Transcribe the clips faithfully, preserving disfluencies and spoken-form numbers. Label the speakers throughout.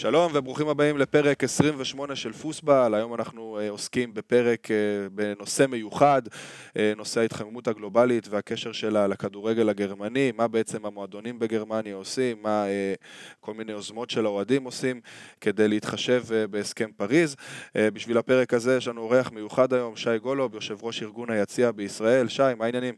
Speaker 1: שלום וברוכים הבאים לפרק עשרים ושמונה של פוסבל. היום אנחנו uh, עוסקים בפרק uh, בנושא מיוחד, uh, נושא ההתחממות הגלובלית והקשר שלה לכדורגל הגרמני, מה בעצם המועדונים בגרמניה עושים, מה uh, כל מיני יוזמות של האוהדים עושים כדי להתחשב uh, בהסכם פריז. Uh, בשביל הפרק הזה יש לנו אורח מיוחד היום, שי גולוב, יושב ראש ארגון היציע בישראל. שי, מה העניינים?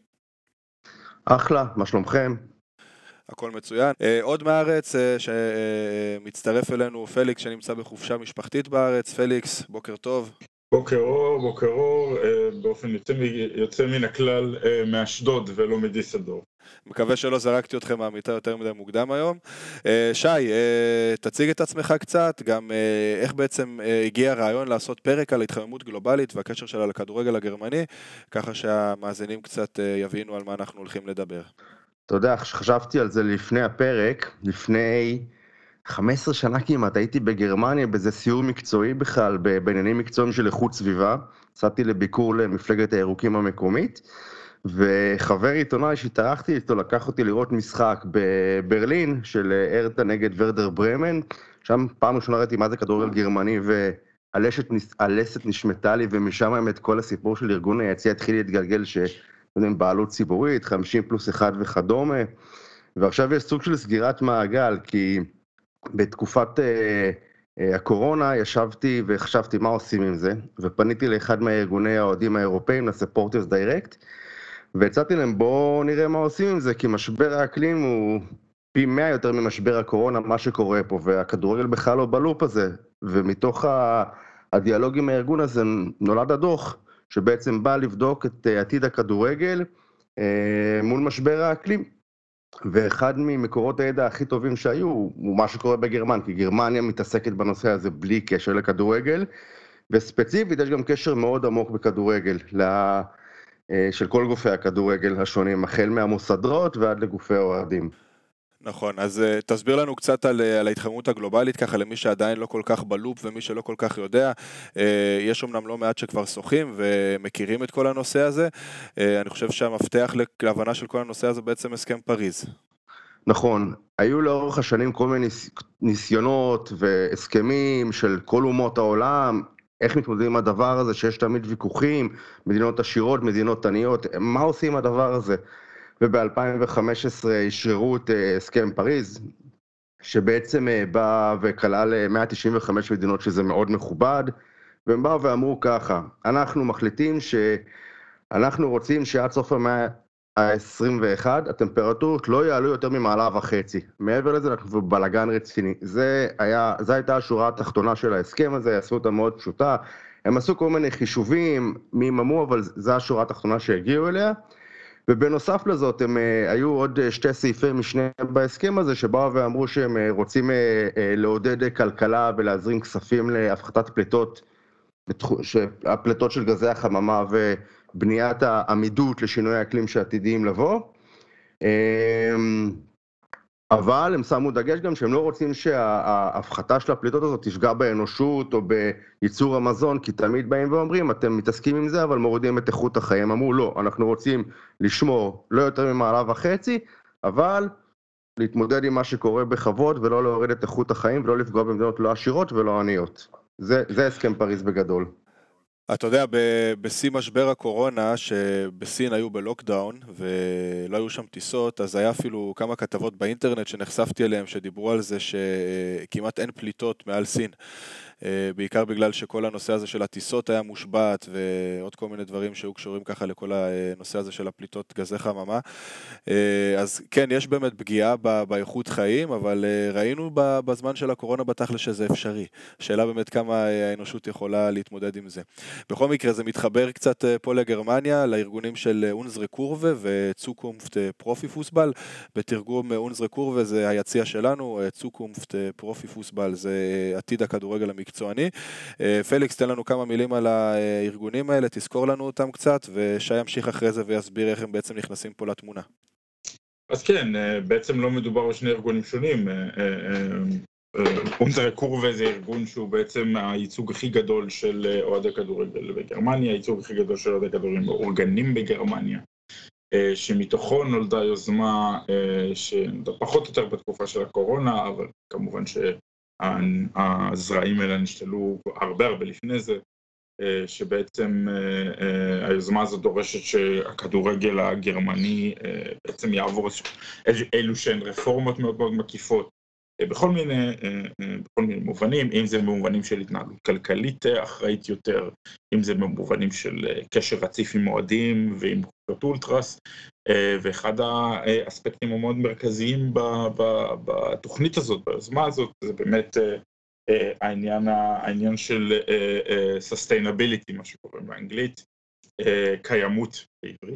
Speaker 2: אחלה, מה שלומכם?
Speaker 1: הכל מצוין. עוד מהארץ שמצטרף אלינו פליקס שנמצא בחופשה משפחתית בארץ. פליקס, בוקר טוב.
Speaker 3: בוקר אור, בוקר אור, באופן יוצא, יוצא מן הכלל מאשדוד ולא מדיסלדורף.
Speaker 1: מקווה שלא זרקתי אתכם מהמיטה יותר מדי מוקדם היום. שי, תציג את עצמך קצת, גם איך בעצם הגיע הרעיון לעשות פרק על התחממות גלובלית והקשר שלה לכדורגל הגרמני, ככה שהמאזינים קצת יבינו על מה אנחנו הולכים לדבר.
Speaker 2: אתה יודע, חשבתי על זה לפני הפרק, לפני חמש עשרה שנה כמעט, הייתי בגרמניה באיזה סיור מקצועי בכלל, בעניינים מקצועיים של איכות סביבה, יצאתי לביקור למפלגת הירוקים המקומית, וחבר עיתונאי שהתארחתי איתו לקח אותי לראות משחק בברלין של הרטה נגד ורדר ברמן, שם פעם ראשונה ראיתי מה זה כדורגל גרמני, והלסת נשמטה לי, ומשם האמת כל הסיפור של ארגון היציע התחיל להתגלגל ש... בעלות ציבורית, חמישים פלוס אחד וכדומה, ועכשיו יש סוג של סגירת מעגל, כי בתקופת אה, אה, הקורונה ישבתי וחשבתי מה עושים עם זה, ופניתי לאחד מהארגוני האוהדים האירופאים, לספורטרס דיירקט, והצעתי להם בואו נראה מה עושים עם זה, כי משבר האקלים הוא פי מאה יותר ממשבר הקורונה, מה שקורה פה, והכדורגל בכלל לא בלופ הזה, ומתוך הדיאלוג עם הארגון הזה נולד הדוח, שבעצם בא לבדוק את עתיד הכדורגל מול משבר האקלים. ואחד ממקורות הידע הכי טובים שהיו הוא מה שקורה בגרמניה, כי גרמניה מתעסקת בנושא הזה בלי קשר לכדורגל, וספציפית יש גם קשר מאוד עמוק בכדורגל, של כל גופי הכדורגל השונים, החל מהמוסדות ועד לגופי האוהדים.
Speaker 1: נכון, אז uh, תסביר לנו קצת על, על ההתחממות הגלובלית, ככה למי שעדיין לא כל כך בלופ ומי שלא כל כך יודע. Uh, יש אומנם לא מעט שכבר שוחים ומכירים את כל הנושא הזה. Uh, אני חושב שהמפתח להבנה של כל הנושא הזה בעצם הסכם פריז.
Speaker 2: נכון, היו לאורך השנים כל מיני ניסיונות והסכמים של כל אומות העולם, איך מתמודדים עם הדבר הזה שיש תמיד ויכוחים, מדינות עשירות, מדינות עניות, מה עושים עם הדבר הזה? וב-אלפיים וחמש עשרה השררו את הסכם פריז, שבעצם בא וכלל מאה תשעים וחמש מדינות שזה מאוד מכובד, והם באו ואמרו ככה, אנחנו מחליטים שאנחנו רוצים שעד סוף המאה ה-עשרים ואחת הטמפרטורות לא יעלו יותר ממעלה וחצי. מעבר לזה אנחנו בלגן רציני. זה היה, זה הייתה השורה התחתונה של ההסכם הזה, עשו אותה מאוד פשוטה, הם עשו כל מיני חישובים, מי אמרו, אבל זה השורה התחתונה שהגיעו אליה, ובנוסף לזאת הם היו עוד שתי סעיפי משנה בהסכם הזה שבאו ואמרו שהם רוצים לעודד כלכלה ולהזרים כספים להפחתת פליטות, הפליטות של גזי החממה ובניית העמידות לשינוי האקלים שעתידיים לבוא. אבל הם שמו דגש גם שהם לא רוצים שההפחתה של הפליטות הזאת תשגע באנושות או בייצור המזון, כי תמיד באים ואומרים, אתם מתעסקים עם זה, אבל מורידים את איכות החיים. אמרו, לא, אנחנו רוצים לשמור לא יותר ממעלה וחצי, אבל להתמודד עם מה שקורה בכבוד, ולא להוריד את איכות החיים, ולא לפגוע במדינות לא עשירות ולא עניות. זה, זה הסכם פריז בגדול.
Speaker 1: אתה יודע, בשיא משבר הקורונה, שבסין היו בלוקדאון ולא היו שם טיסות, אז היה אפילו כמה כתבות באינטרנט שנחשפתי אליהם, שדיברו על זה שכמעט אין פליטות מעל סין. בעיקר בגלל שכל הנושא הזה של הטיסות היה מושבת, ועוד כל מיני דברים שהיו קשורים ככה לכל הנושא הזה של הפליטות גזי חממה. אז כן, יש באמת פגיעה באיכות חיים, אבל ראינו בזמן של הקורונה בתכל'ס שזה אפשרי. השאלה באמת כמה האנושות יכולה להתמודד עם זה. בכל מקרה זה מתחבר קצת פה לגרמניה, לארגונים של אונזרה קורבה וצוקומפט פרופי פוסבל. בתרגום אונזרה קורבה זה היציע שלנו, צוקומפט פרופי פוסבל זה עתיד הכדורגל המקצועי. מקצועני. פליקס, תן לנו כמה מילים על הארגונים האלה, תזכור לנו אותם קצת, ושי ימשיך אחרי זה ויסביר איך הם בעצם נכנסים פה לתמונה.
Speaker 3: אז כן, בעצם לא מדובר בשני ארגונים שונים. אונזרה קורבה זה ארגון שהוא בעצם הייצוג הכי גדול של אוהדי כדורגל בגרמניה, הייצוג הכי גדול של אוהדי כדורגל מאורגנים בגרמניה, שמתוכו נולדה יוזמה שפחות יותר בתקופה של הקורונה, אבל כמובן ש הזרעים האלה נשתלו הרבה הרבה לפני זה, שבעצם היוזמה הזאת דורשת שהכדורגל הגרמני בעצם יעבור אלו שהן רפורמות מאוד מאוד מקיפות, בכל מיני, בכל מיני מובנים, אם זה במובנים של התנהלות כלכלית אחראית יותר, אם זה במובנים של קשר רציף עם מועדים ועם קבוצות אולטרס, ואחד האספקטים המאוד מרכזיים בתוכנית הזאת, ביוזמה הזאת, זה באמת העניין, העניין של sustainability, מה שקוראים באנגלית, קיימות בעברית.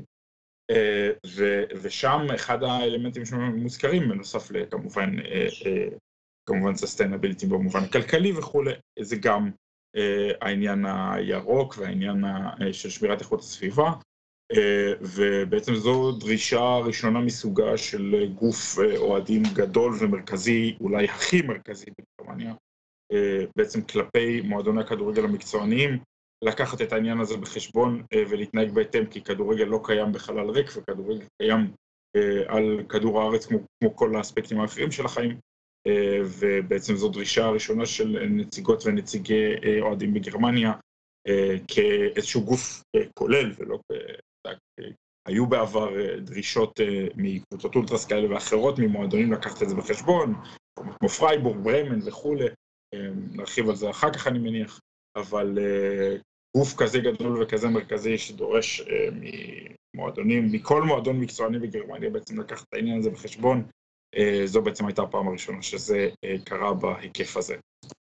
Speaker 3: ושם אחד האלמנטים שמוזכרים בנוסף לכמובן כמובן sustainability במובן הכלכלי וכו', זה גם העניין הירוק והעניין של שמירת איכות הסביבה, ובעצם זו דרישה ראשונה מסוגה של גוף אוהדים גדול ומרכזי, אולי הכי מרכזי בגרמניה, בעצם כלפי מועדוני הכדורגל המקצועניים, לקחת את העניין הזה בחשבון ולהתנהג בהתאם, כי כדורגל לא קיים בחלל ריק, וכדורגל קיים על כדור הארץ כמו, כמו כל האספקטים האחרים של החיים, ובעצם זו דרישה הראשונה של נציגות ונציגי אוהדים בגרמניה, כאיזשהו גוף כולל, ולא היו בעבר דרישות מקבוצות אולטרס כאלה ואחרות, ממועדונים לקחת את זה בחשבון, כמו פרייבורג, בריימן וכו', נרחיב על זה אחר כך אני מניח, אבל גוף כזה גדול וכזה מרכזי שדורש ממועדונים, מכל מועדון מקצועני בגרמניה בעצם לקחת את העניין הזה בחשבון, זו בעצם הייתה הפעם הראשונה שזה קרה בהיקף הזה.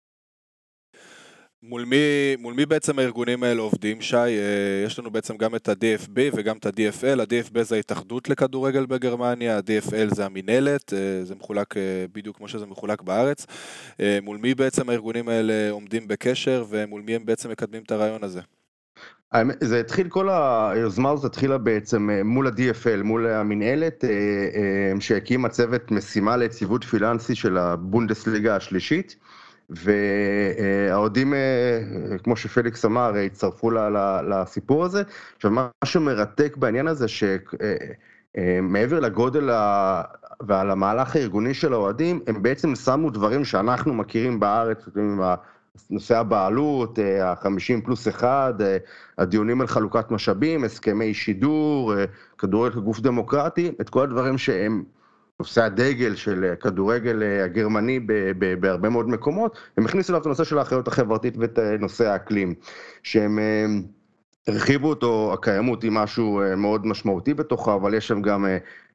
Speaker 1: מול מי, מול מי בעצם הארגונים האלה עובדים, שי? יש לנו בעצם גם את ה-די אף ביי וגם את ה-די אף אל. ה-די אף ביי זה ההתאחדות לכדורגל בגרמניה, ה-די אף אל זה המנהלת, זה מחולק בדיוק כמו שזה מחולק בארץ. מול מי בעצם הארגונים האלה עומדים בקשר, ומול מי הם בעצם מקדמים את הרעיון הזה?
Speaker 2: זה התחיל, כל היוזמה הזאת התחילה בעצם מול ה-די אף אל, מול המנהלת, שהקימה צוות משימה ליציבות פיננסי של הבונדסליגה השלישית, והאוהדים, כמו שפליקס אמר, הצטרפו לסיפור הזה. עכשיו, מה שמרתק בעניין הזה, שמעבר לגודל ועל המהלך הארגוני של האוהדים, הם בעצם שמו דברים שאנחנו מכירים בארץ, נושא הבעלות, ה-חמישים פלוס אחד, הדיונים על חלוקת משאבים, הסכמי שידור, כדורגל כגוף דמוקרטי, את כל הדברים שהם נושא הדגל של כדורגל הגרמני בהרבה מאוד מקומות, הם הכניסו אליו את הנושא של האחריות החברתית ואת נושא האקלים, שהם הרחיבו אותו, הקיימות היא משהו מאוד משמעותי בתוכה, אבל יש שם גם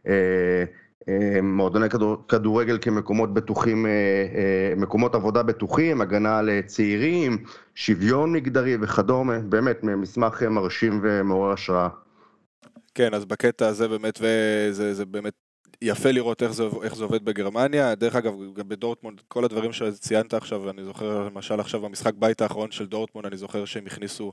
Speaker 2: מועדוני כדורגל כמקומות בטוחים, מקומות עבודה בטוחים, הגנה על צעירים, שוויון מגדרי וכדומה, באמת מסמך מרשים ומעורר השראה.
Speaker 1: כן, אז בקטע הזה באמת, וזה זה באמת יפה לראות איך זה, איך זה עובד בגרמניה. דרך אגב, גם בדורטמונד, כל הדברים שציינת עכשיו, אני זוכר למשל עכשיו במשחק בית האחרון של דורטמונד, אני זוכר שהם הכניסו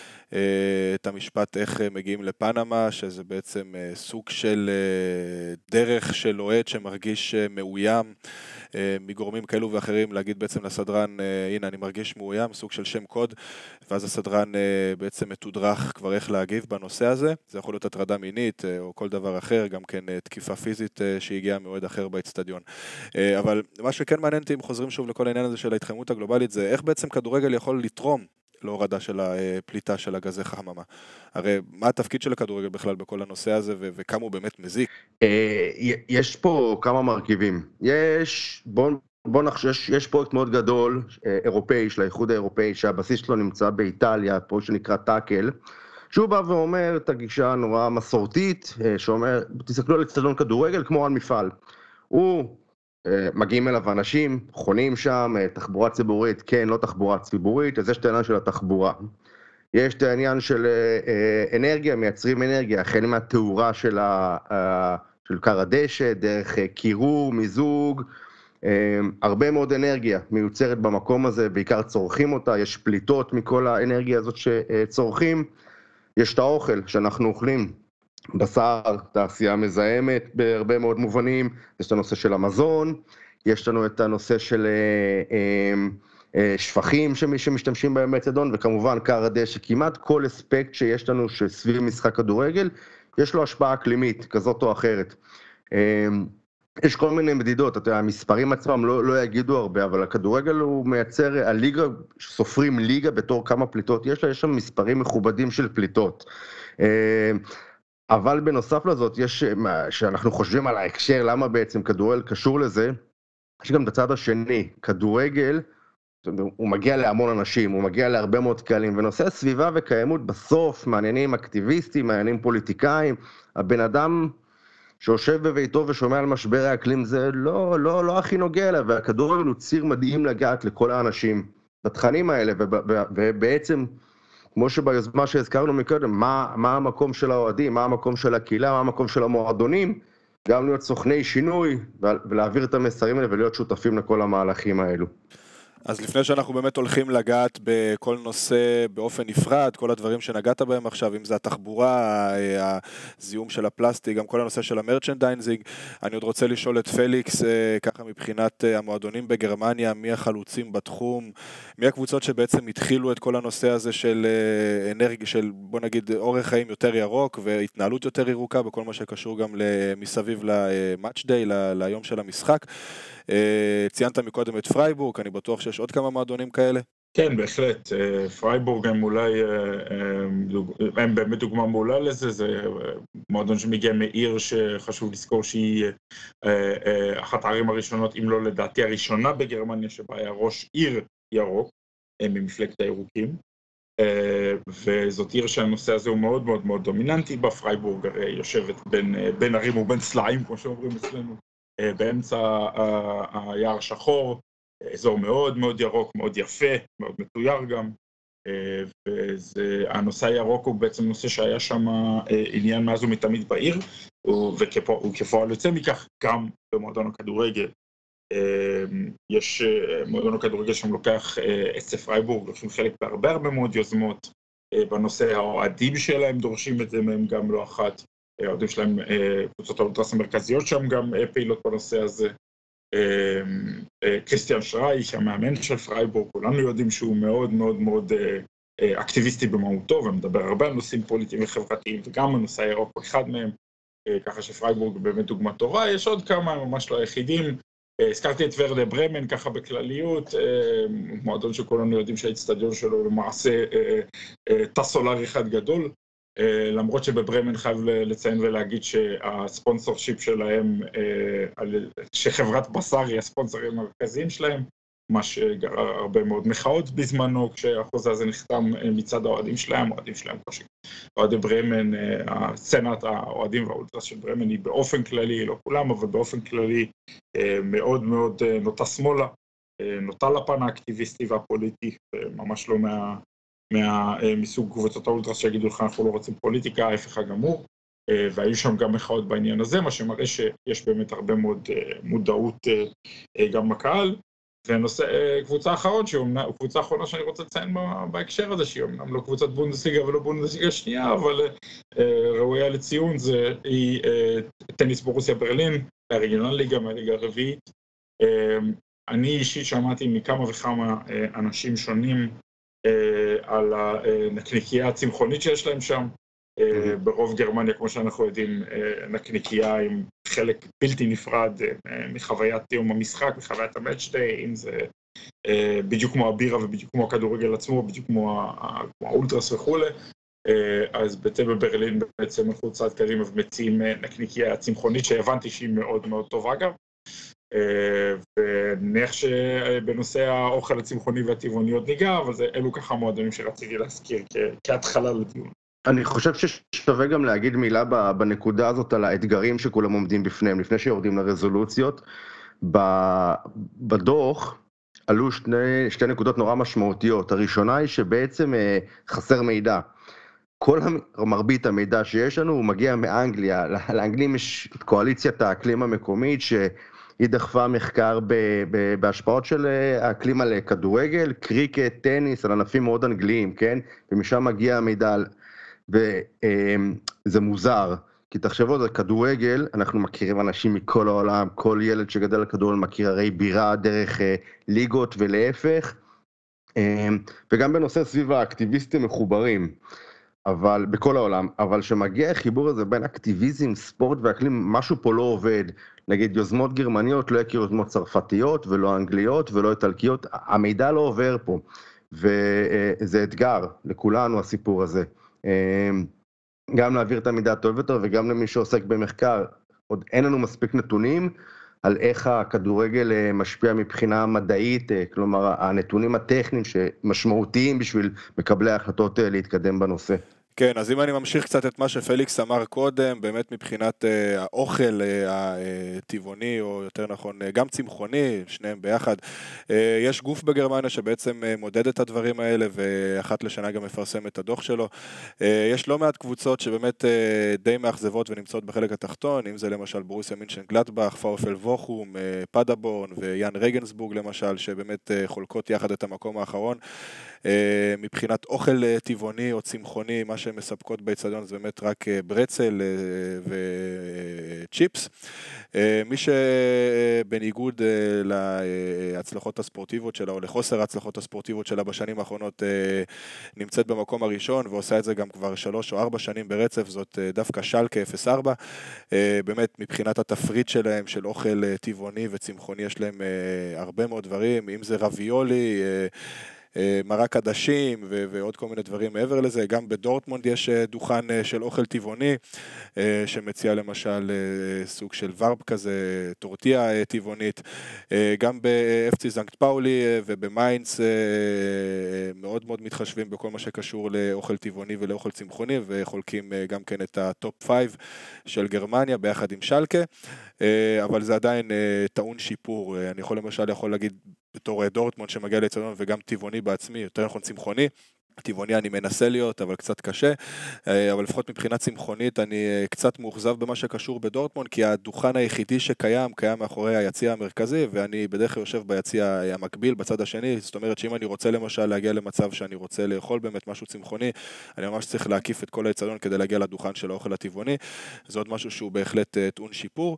Speaker 1: את המשפט איך מגיעים לפנמה, שזה בעצם סוג של דרך של אוהד שמרגיש מאוים מגורמים כאלו ואחרים, להגיד בעצם לסדרן, הנה אני מרגיש מאוים, סוג של שם קוד, ואז הסדרן בעצם מתודרך כבר איך להגיב בנושא הזה. זה יכול להיות הטרדה מינית או כל דבר אחר, גם כן תקיפה פיזית שהגיעה מאוהד אחר באצטדיון. אבל מה שכן מעניין אותי, אם חוזרים שוב לכל העניין הזה של ההתחממות הגלובלית, זה איך בעצם כדורגל יכול לתרום להורדה של הפליטה של הגזי חממה. הרי מה התפקיד של הכדורגל בכלל בכל הנושא הזה, ו- וכמה הוא באמת מזיק?
Speaker 2: יש פה כמה מרכיבים. יש, בוא, בוא נחש, יש, יש פרויקט מאוד גדול, אירופאי, של האיחוד האירופאי, שהבסיס שלו נמצא באיטליה, פרויקט שנקרא טאקל, שהוא בא ואומר את הגישה הנורא מסורתית, שאומר, תסתכלו על אצטדיון כדורגל כמו על מפעל. הוא מגיעים אליו אנשים, חונים שם, תחבורה ציבורית, כן, לא תחבורה ציבורית, אז יש את העניין של התחבורה. יש את העניין של אנרגיה, מייצרים אנרגיה, החל מהתאורה של, ה, של קר הדשא, דרך קירור, מיזוג, הרבה מאוד אנרגיה מיוצרת במקום הזה, בעיקר צורכים אותה, יש פליטות מכל האנרגיה הזאת שצורכים, יש את האוכל שאנחנו אוכלים, בשר, תעשייה מזהמת בהרבה מאוד מובנים, יש את הנושא של המזון, יש לנו את הנושא של שפכים שמשתמשים בהם באצטדיון, וכמובן קר הדשא, כמעט כל אספקט שיש לנו שסביב משחק כדורגל, יש לו השפעה אקלימית כזאת או אחרת. יש כל מיני מדידות, אתה יודע, המספרים עצמם לא, לא יגידו הרבה, אבל הכדורגל הוא מייצר, הליגה, סופרים ליגה בתור כמה פליטות, יש לה, יש שם מספרים מכובדים של פליטות. אבל בנוסף לזאת, יש, שאנחנו חושבים על ההקשר, למה בעצם כדורגל קשור לזה, יש גם את הצד השני, כדורגל, הוא מגיע להמון אנשים, הוא מגיע להרבה מאוד קהלים, ונושא הסביבה וקיימות בסוף, מעניינים אקטיביסטים, מעניינים פוליטיקאים, הבן אדם שיושב בביתו ושומע על משבר האקלים, זה לא, לא, לא הכי נוגע אליו, והכדורגל הוא ציר מדהים לגעת לכל האנשים בתכנים האלה, ובעצם, כמו שביוזמה שהזכרנו מקודם, מה, מה המקום של האוהדים, מה המקום של הקהילה, מה המקום של המועדונים, גם להיות סוכני שינוי, ולהעביר את המסרים האלה ולהיות שותפים לכל המהלכים האלו.
Speaker 1: אז לפני שאנחנו באמת הולכים לגעת בכל נושא באופן נפרד, כל הדברים שנגעת בהם עכשיו, אם זה התחבורה, הזיהום של הפלסטיק, גם כל הנושא של המרצ'נדיינזינג, אני עוד רוצה לשאול את פליקס, ככה מבחינת המועדונים בגרמניה, מי החלוצים בתחום, מי הקבוצות שבעצם התחילו את כל הנושא הזה של אנרגיה, של בוא נגיד אורך חיים יותר ירוק, והתנהלות יותר ירוקה, בכל מה שקשור גם מסביב למאץ' דיי, ליום של המשחק. ציינת מקודם את פרייבורג, אני בטוח שיש עוד כמה מועדונים כאלה.
Speaker 3: כן, בהחלט. פרייבורג הם אולי, הם באמת דוגמה מעולה לזה, זה מועדון שמגיע מעיר שחשוב לזכור שהיא אחת הערים הראשונות, אם לא לדעתי הראשונה בגרמניה, שבה היה ראש עיר ירוק, ממפלגת הירוקים, וזאת עיר שהנושא הזה הוא מאוד מאוד מאוד דומיננטי בה. פרייבורג הרי יושבת בין, בין ערים ובין סלעים, כמו שאומרים אצלנו, באמצע היער שחור, אזור מאוד מאוד ירוק, מאוד יפה, מאוד מתויר גם, והנושא הירוק הוא בעצם נושא שהיה שם עניין מאז ומתמיד בעיר, וכפועל יוצא מכך גם במועדון הכדורגל. יש מועדון הכדורגל שם לוקח את פרייבורג, לוקחים חלק בהרבה הרבה מאוד יוזמות בנושא, האוהדים שלהם דורשים את זה מהם גם לא אחת, האוהדים שלהם, קבוצות האולטרס המרכזיות שם גם פעילות בנושא הזה. קריסטיאן שרייך, המאמן של פרייבורג, כולנו יודעים שהוא מאוד מאוד מאוד אקטיביסטי במהותו, ומדבר הרבה על נושאים פוליטיים וחברתיים, וגם הנושא הירוק הוא אחד מהם, ככה שפרייבורג באמת דוגמה טובה. יש עוד כמה, ממש לא היחידים. הזכרתי את ורדה ברמן ככה בכלליות, מועדון שכולנו יודעים שהאצטדיון שלו למעשה תא סולרי אחד גדול, למרות שבברמן חייב לציין ולהגיד שהספונסור שיפ שלהם, שחברת בשר היא הספונסרים המרכזיים שלהם, מה שגרר הרבה מאוד מחאות בזמנו, כשהחוזה הזה נחתם מצד האוהדים שלהם, האוהדים שלהם קושי. אוהדי ברמן, הסצנת האוהדים והאולטרס של ברמן היא באופן כללי, לא כולם, אבל באופן כללי מאוד מאוד נוטה שמאלה, נוטה לפן האקטיביסטי והפוליטי, ממש לא מה... מה, מסוג קבוצות האולטרס שיגידו לך אנחנו לא רוצים פוליטיקה, ההפך הגמור, והיו שם גם מחאות בעניין הזה, מה שמראה שיש באמת הרבה מאוד מודעות גם בקהל. ונושא, קבוצה האחרון, קבוצה האחרונה שאני רוצה לציין בהקשר הזה, שהיא אמנם לא קבוצת בונדסליגה ולא בונדסליגה שנייה, אבל ראויה לציון, זה היא טניס בורוסיה ברלין, מהרגיונל ליגה, מהליגה הרביעית. אני אישית שמעתי מכמה וכמה אנשים שונים על הנקניקייה הצמחונית שיש להם שם, ברוב גרמניה, כמו שאנחנו יודעים, נקניקייה עם חלק בלתי נפרד מחוויית יום המשחק, מחוויית המאץ' דיי, אם זה בדיוק כמו הבירה ובדיוק כמו הכדורגל עצמו, בדיוק כמו האולטרס וכו'. אז בטבע ברלין בעצם אנחנו צעד קדימה ומציעים נקניקייה צמחונית, שהבנתי שהיא מאוד מאוד טובה גם. ונניח שבנושא האוכל הצמחוני והטבעוני עוד ניגע, אבל זה אלו ככה מועדונים שרציתי להזכיר כהתחלה לדיון.
Speaker 2: אני חושב ששווה גם להגיד מילה בנקודה הזאת על האתגרים שכולם עומדים בפניהם, לפני שיורדים לרזולוציות. בדוח עלו שני, שתי נקודות נורא משמעותיות. הראשונה היא שבעצם חסר מידע. כל מרבית המידע שיש לנו הוא מגיע מאנגליה. לאנגלים יש קואליציית האקלים המקומית שהיא דחפה מחקר בהשפעות של האקלים על כדורגל, קריקט, טניס, על ענפים מאוד אנגליים, כן? ומשם מגיע המידע, וזה מוזר, כי תחשבו, זה כדורגל, אנחנו מכירים אנשים מכל העולם, כל ילד שגדל על כדורגל מכיר הרי בירה דרך ליגות ולהפך, וגם בנושא סביב האקטיביסטים מחוברים. אבל בכל העולם, אבל שמגיע החיבור הזה בין אקטיביזם, ספורט ואקלים, משהו פה לא עובד. נגיד יוזמות גרמניות לא יכירו יוזמות צרפתיות ולא אנגליות ולא איטלקיות, המידע לא עובר פה, וזה אתגר לכולנו הסיפור הזה. גם להעביר את המידע טוב יותר וגם למי שעוסק במחקר, עוד אין לנו מספיק נתונים על איך הכדורגל משפיע מבחינה מדעית, כלומר הנתונים הטכניים שמשמעותיים בשביל מקבלי ההחלטות להתקדם בנושא.
Speaker 1: כן, אז אם אני ממשיך קצת את מה שפליקס אמר קודם, באמת מבחינת uh, האוכל uh, הטבעוני, או יותר נכון, uh, גם צמחוני, שניהם ביחד, uh, יש גוף בגרמניה שבעצם uh, מודד את הדברים האלה, ואחת לשנה גם מפרסם את הדוח שלו. Uh, יש לא מעט קבוצות שבאמת uh, די מאכזבות ונמצאות בחלק התחתון, אם זה למשל ברוסיה מינשן גלדבך, פאופל ווכום, uh, פדבורן ויאן רגנסבורג למשל, שבאמת uh, חולקות יחד את המקום האחרון. Uh, מבחינת אוכל טבעוני או צמחוני, מה שהן מספקות באצטדיון זה באמת רק ברצל וצ'יפס. מי שבניגוד להצלחות הספורטיביות שלה, או לחוסר ההצלחות הספורטיביות שלה בשנים האחרונות, נמצאת במקום הראשון, ועושה את זה גם כבר שלוש או ארבע שנים ברצף, זאת דווקא שלקה אפס ארבע. באמת, מבחינת התפריט שלהם, של אוכל טבעוני וצמחוני, יש להם הרבה מאוד דברים, אם זה רביולי, מרק עדשים ו- ועוד כל מיני דברים מעבר לזה. גם בדורטמונד יש דוכן של אוכל טבעוני, שמציע למשל סוג של ורב כזה, טורטיה טבעונית. גם ב-אף סי זנקט פאולי ובמיינץ מאוד מאוד מתחשבים בכל מה שקשור לאוכל טבעוני ולאוכל צמחוני, וחולקים גם כן את הטופ פייב של גרמניה ביחד עם שלקה, אבל זה עדיין טעון שיפור. אני יכול למשל יכול להגיד בתור דורטמונד שמגיע לאצטדיון וגם טבעוני בעצמי, יותר נכון צמחוני, טבעוני אני מנסה להיות, אבל קצת קשה, אבל לפחות מבחינה צמחונית אני קצת מאוכזב במה שקשור בדורטמונד, כי הדוכן היחידי שקיים, קיים מאחורי היציע המרכזי, ואני בדרך כלל יושב ביציע המקביל בצד השני, זאת אומרת שאם אני רוצה למשל להגיע למצב שאני רוצה לאכול באמת משהו צמחוני, אני ממש צריך להקיף את כל האצטדיון כדי להגיע לדוכן של האוכל הטבעוני, זה עוד משהו שהוא בהחלט טעון שיפור.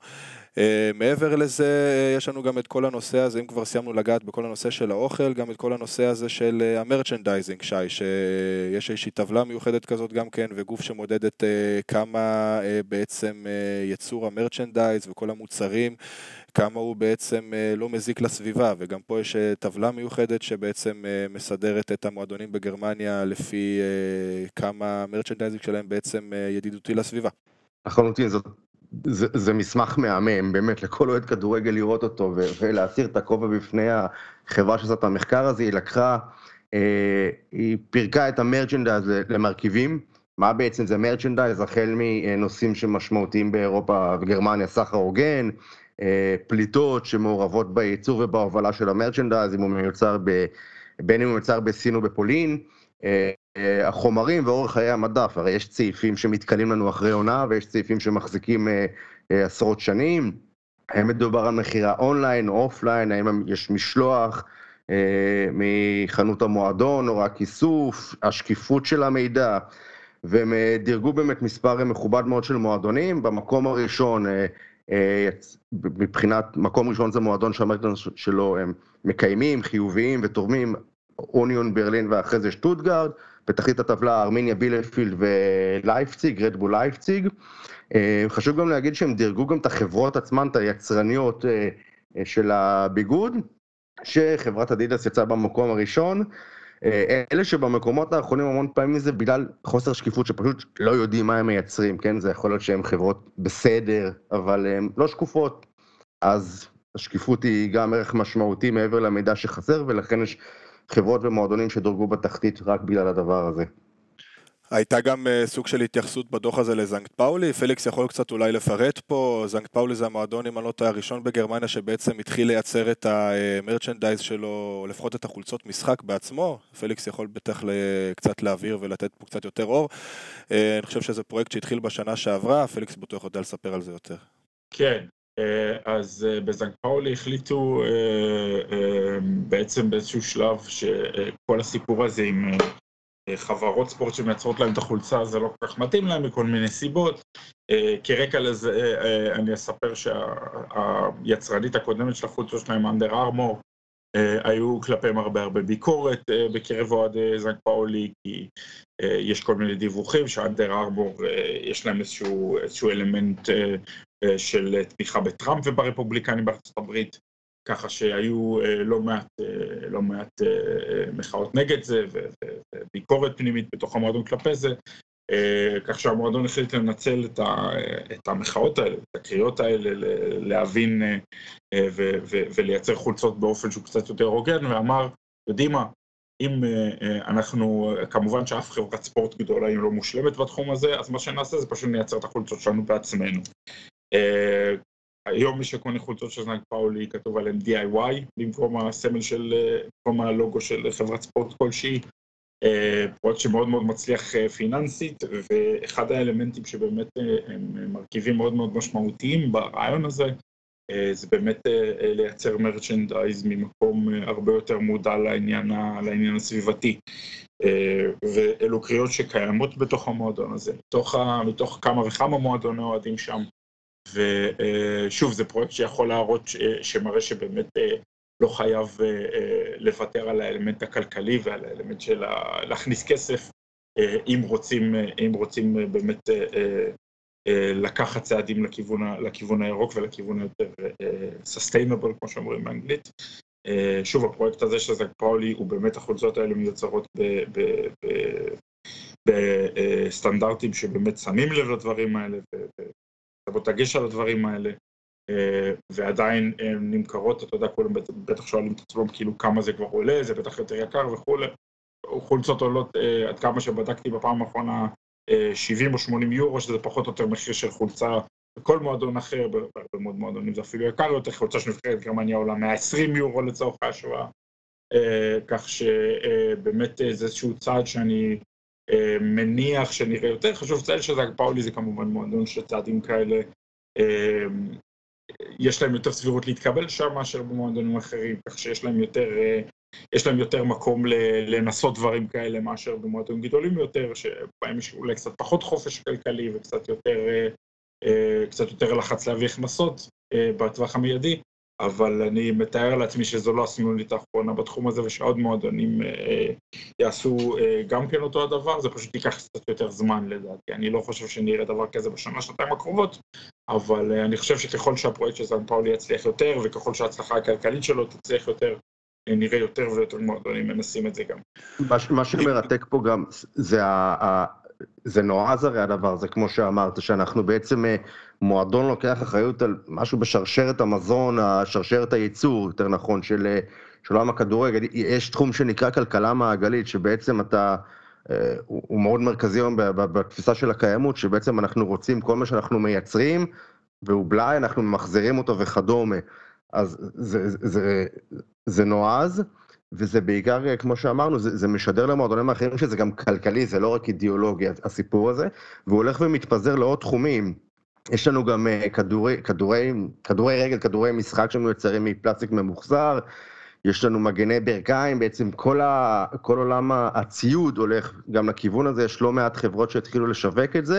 Speaker 1: מעבר לזה, יש לנו גם את כל הנושא הזה, אם כבר סיימנו לגעת בכל הנושא של האוכל, גם את כל הנושא הזה של המרצ'נדייזינג, שי, שיש איזושהי טבלה מיוחדת כזאת גם כן, וגוף שמודדת כמה בעצם יצור המרצ'נדייז וכל המוצרים, כמה הוא בעצם לא מזיק לסביבה, וגם פה יש טבלה מיוחדת שבעצם מסדרת את המועדונים בגרמניה לפי כמה המרצ'נדייזינג שלהם בעצם ידידותי לסביבה.
Speaker 2: לחלוטין, זאת זה, זה מסמך מהמם, באמת, לכל אוהד כדורגל לראות אותו ו- ולהסיר את הכובע בפני החברה שעשתה את המחקר הזה. היא לקחה, אה, היא פירקה את המרצ'נדייז למרכיבים. מה בעצם זה מרצ'נדייז? החל מנושאים שמשמעותיים באירופה וגרמניה, סחר הוגן, אה, פליטות שמעורבות בייצור ובהובלה של המרצ'נדייז, אם הוא מיוצר ב, בין אם הוא מיוצר בסין או בפולין, אה, החומרים ואורך חיי המדף, הרי יש צעיפים שמתקלים לנו אחרי עונה, ויש צעיפים שמחזיקים אה, אה, עשרות שנים, האם מדובר על מחירה אונליין או אופליין, האם יש משלוח אה, מחנות המועדון או רק איסוף, השקיפות של המידע, והם אה, דירגו באמת מספר מכובד מאוד של מועדונים. במקום הראשון, אה, אה, מבחינת מקום ראשון זה מועדון שהמרקדון שלו הם מקיימים, חיוביים ותורמים, אוניון ברלין ואחרי זה שטוטגרד, בתחתית הטבלה ארמיניה בילפילד ולייפציג, רדבול לייפציג. חשוב גם להגיד שהם דירגו גם את החברות עצמן, את היצרניות של הביגוד, שחברת אדידס יצאה במקום הראשון. אלה שבמקומות האחרונים המון פעמים זה בגלל חוסר שקיפות, שפשוט לא יודעים מה הם מייצרים, כן? זה יכול להיות שהם חברות בסדר, אבל הן לא שקופות. אז השקיפות היא גם ערך משמעותי מעבר למידע שחסר, ולכן יש חברות ומועדונים שדורגו בתחתית רק בגלל הדבר הזה.
Speaker 1: הייתה גם סוג של התייחסות בדוח הזה לזנקט פאולי, פליקס יכול קצת אולי לפרט פה. זנקט פאולי זה המועדון עם הלוט הראשון בגרמניה שבעצם התחיל לייצר את המרצ'נדייז שלו, או לפחות את החולצות משחק בעצמו. פליקס יכול בטח קצת להעביר ולתת פה קצת יותר אור. אני חושב שזה פרויקט שהתחיל בשנה שעברה, פליקס בטוח יודע לספר על זה יותר.
Speaker 3: כן. אז בזנקט פאולי החליטו בעצם באיזשהו שלב שכל הסיפור הזה עם חברות ספורט שמייצרות להם את החולצה זה לא כל כך מתאים להם מכל מיני סיבות. כרקע לזה אני אספר שהיצרנית הקודמת של החולצה שלהם, אנדר ארמור, היו כלפיהם הרבה הרבה ביקורת בקרב אוהדי סנט פאולי, כי יש כל מיני דיווחים שאנדר ארמור יש להם איזשהו, איזשהו אלמנט של תמיכה בטראמפ וברפובליקנים בארצות הברית, ככה שהיו לא מעט, לא מעט מחאות נגד זה וביקורת פנימית בתוך המועדון כלפי זה, כך שהמועדון החליט לנצל את, ה, את המחאות האלה, את הקריאות האלה, להבין ו, ו, ולייצר חולצות באופן שהוא קצת יותר הוגן, ואמר, יודעים מה, אם אנחנו, כמובן שאף חברת ספורט גדולה היא לא מושלמת בתחום הזה, אז מה שנעשה זה פשוט נייצר את החולצות שלנו בעצמנו. היום מי שקונה חולצות של סנט פאולי כתוב עליהם די איי וואי, במקום הסמל של, במקום הלוגו של חברת ספורט כלשהי, פרויקט שמאוד מאוד מצליח פיננסית, ואחד האלמנטים שבאמת הם מרכיבים מאוד מאוד משמעותיים ברעיון הזה, זה באמת לייצר מרצ'נדייז ממקום הרבה יותר מודע לעניין, לעניין הסביבתי. ואלו קריאות שקיימות בתוך המועדון הזה, מתוך, מתוך כמה וכמה מועדוני אוהדים שם. ושוב, זה פרויקט שיכול להראות, שמראה שבאמת לא חייב לוותר על האלמנט הכלכלי ועל האלמנט של להכניס כסף, אם רוצים, אם רוצים באמת לקחת צעדים לכיוון, לכיוון הירוק ולכיוון היותר sustainable, כמו שאומרים באנגלית. שוב, הפרויקט הזה של סנט פאולי הוא באמת, החולצות האלה מיוצרות בסטנדרטים שבאמת שמים לב לדברים האלה ושמות דגש על הדברים האלה, ועדיין הן נמכרות, אתה יודע, כולם בטח שואלים את עצמם כאילו כמה זה כבר עולה, זה בטח יותר יקר וכו'. חולצות עולות, עד כמה שבדקתי בפעם האחרונה, שבעים או שמונים יורו, שזה פחות או יותר מחיר של חולצה בכל מועדון אחר, בהרבה מאוד מועדונים זה אפילו יקר יותר, חולצה שנבחרת גרמניה עולה מאה ועשרים יורו לצורך ההשוואה, כך שבאמת זה איזשהו צעד שאני מניח שנראה יותר. חשוב לציין שסנט פאולי זה כמובן מועדון שצעדים כאלה, יש להם יותר סבירות להתקבל שם מאשר במועדונים אחרים, כך שיש להם יותר, יש להם יותר מקום לנסות דברים כאלה מאשר במועדונים גדולים יותר, שבהם יש אולי קצת פחות חופש כלכלי וקצת יותר, קצת יותר לחץ להביא הכנסות בטווח המיידי, אבל אני מתאר לעצמי שזו לא הסנונית האחרונה בתחום הזה, ושעוד מועדונים יעשו גם כן אותו הדבר, זה פשוט ייקח קצת יותר זמן לדעתי. אני לא חושב שנראה דבר כזה בשנה, שנתיים הקרובות, אבל אני חושב שככל שהפרויקט של סנט פאולי יצליח יותר, וככל שההצלחה הכלכלית שלו תצליח יותר, נראה יותר ויותר מועדונים מנסים את זה גם.
Speaker 2: מה שמרתק פה גם, זה ה... זה נועז הרי הדבר, זה כמו שאמרת, שאנחנו בעצם, מועדון לוקח אחריות על משהו בשרשרת המזון, השרשרת הייצור, יותר נכון, של, של עולם הכדורגל. יש תחום שנקרא כלכלה מעגלית, שבעצם אתה, הוא, הוא מאוד מרכזי היום בתפיסה של הקיימות, שבעצם אנחנו רוצים כל מה שאנחנו מייצרים, ואובלי אנחנו ממחזרים אותו וכדומה. אז זה, זה, זה, זה נועז, וזה בעיקר, כמו שאמרנו, זה, זה משדר למועדונים האחרים שזה גם כלכלי, זה לא רק אידיאולוגיה, הסיפור הזה, והוא הולך ומתפזר לעוד תחומים. יש לנו גם כדורי, כדורי, כדורי רגל, כדורי משחק שמיוצרים מפלסטיק ממוחזר, יש לנו מגני ברכיים, בעצם כל, ה, כל עולם הציוד הולך גם לכיוון הזה, יש לא מעט חברות שהתחילו לשווק את זה,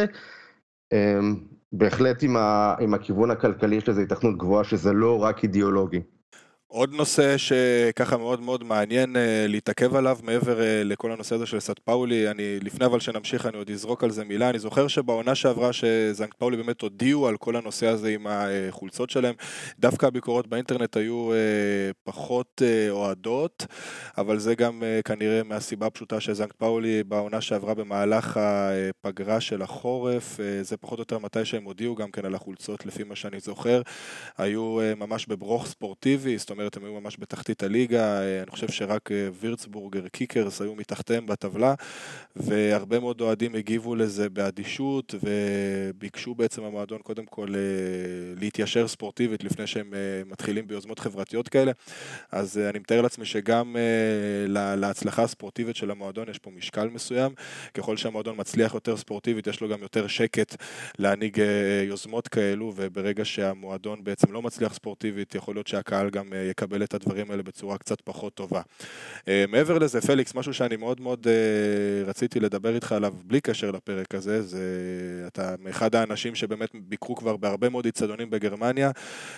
Speaker 2: בהחלט עם, ה, עם הכיוון הכלכלי יש לזה התכנות גבוהה שזה לא רק אידיאולוגי.
Speaker 1: עוד נושא שככה מאוד מאוד מעניין להתעכב עליו, מעבר לכל הנושא הזה של סנט פאולי, אני לפני אבל שנמשיך אני עוד אזרוק על זה מילה, אני זוכר שבעונה שעברה שסנט פאולי באמת הודיעו על כל הנושא הזה עם החולצות שלהם, דווקא הביקורות באינטרנט היו פחות אוהדות, אבל זה גם כנראה מהסיבה הפשוטה שסנט פאולי בעונה שעברה במהלך הפגרה של החורף, זה פחות או יותר מתי שהם הודיעו גם כן על החולצות, לפי מה שאני זוכר, היו ממש בברוך ספורטיבי, זאת אומרת, הם היו ממש בתחתית הליגה, אני חושב שרק וירצבורגר קיקרס היו מתחתיהם בטבלה, והרבה מאוד אוהדים הגיבו לזה באדישות, וביקשו בעצם המועדון קודם כל להתיישר ספורטיבית, לפני שהם מתחילים ביוזמות חברתיות כאלה, אז אני מתאר לעצמי שגם להצלחה הספורטיבית של המועדון יש פה משקל מסוים, ככל שהמועדון מצליח יותר ספורטיבית, יש לו גם יותר שקט להניג יוזמות כאלו, וברגע שהמועדון בעצם לא מצליח ספורטיבית, יכול להיות שהקהל גם יקבל את הדברים האלה בצורה קצת פחות טובה. מעבר לזה, פליקס, משהו שאני מאוד מאוד רציתי לדבר איתך עליו בלי קשר לפרק הזה, זה אתה מאחד האנשים שבאמת ביקרו כבר בהרבה מאוד אצטדיונים בגרמניה,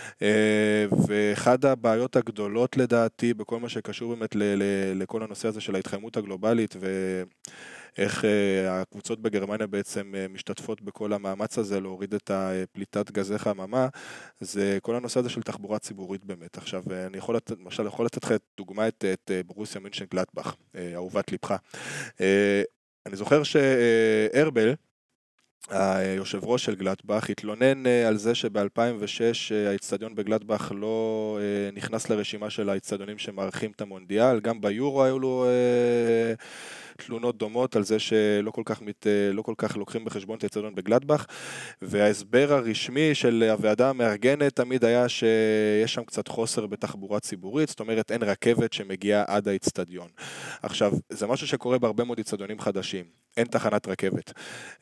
Speaker 1: ואחד הבעיות הגדולות לדעתי בכל מה שקשור באמת לכל הנושא הזה של ההתחממות הגלובלית ואיך הקבוצות בגרמניה בעצם משתתפות בכל המאמץ הזה להוריד את הפליטת גזי חממה, זה כל הנושא הזה של תחבורה ציבורית באמת. עכשיו אני יכול לתת, למשל יכול לתת לך דוגמה את, את ברוסיה מינכן גלדבך, אהובת ליבך. אני זוכר שארבל, היושב ראש של גלדבך, התלונן על זה שב-אלפיים ושש האצטדיון בגלדבך לא נכנס לרשימה של האצטדיונים שמארחים את המונדיאל, גם ביורו היו לו תלונות דומות על זה שלא כל כך, מת, לא כל כך לוקחים בחשבון את האצטדיון בגלדבך, וההסבר הרשמי של הוועדה המארגנת תמיד היה שיש שם קצת חוסר בתחבורה ציבורית, זאת אומרת אין רכבת שמגיעה עד האצטדיון. עכשיו, זה משהו שקורה בהרבה מאוד אצטדיונים חדשים, אין תחנת רכבת.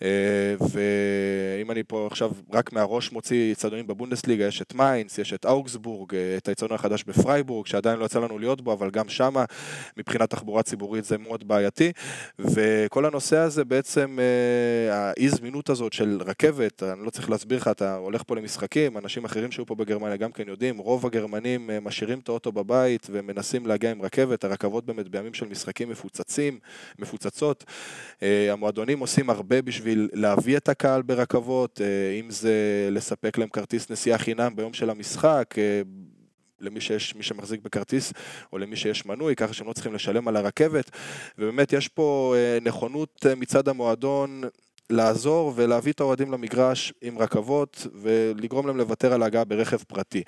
Speaker 1: ואם אני פה עכשיו רק מהראש מוציא אצטדיונים בבונדסליגה, יש את מיינץ, יש את אוגסבורג, את האצטדיון החדש בפרייבורג, שעדיין לא יצא לנו להיות בו, אבל גם שמה מבחינת תחבורה ציבורית זה מאוד בעייתי. וכל הנושא הזה בעצם, האי זמינות הזאת של רכבת, אני לא צריך להסביר לך, אתה הולך פה למשחקים, אנשים אחרים שהיו פה בגרמניה גם כן יודעים, רוב הגרמנים משאירים את האוטו בבית ומנסים להגיע עם רכבת, הרכבות באמת בימים של משחקים מפוצצים, מפוצצות, המועדונים עושים הרבה בשביל להביא את הקהל ברכבות, אם זה לספק להם כרטיס נסיעה חינם ביום של המשחק, למי שיש, מי שמחזיק בכרטיס, או למי שיש מנוי, ככה שהם לא צריכים לשלם על הרכבת, ובאמת יש פה נכונות מצד המועדון לעזור ולהביא את האוהדים למגרש עם רכבות, ולגרום להם לוותר על ההגעה ברכב פרטי.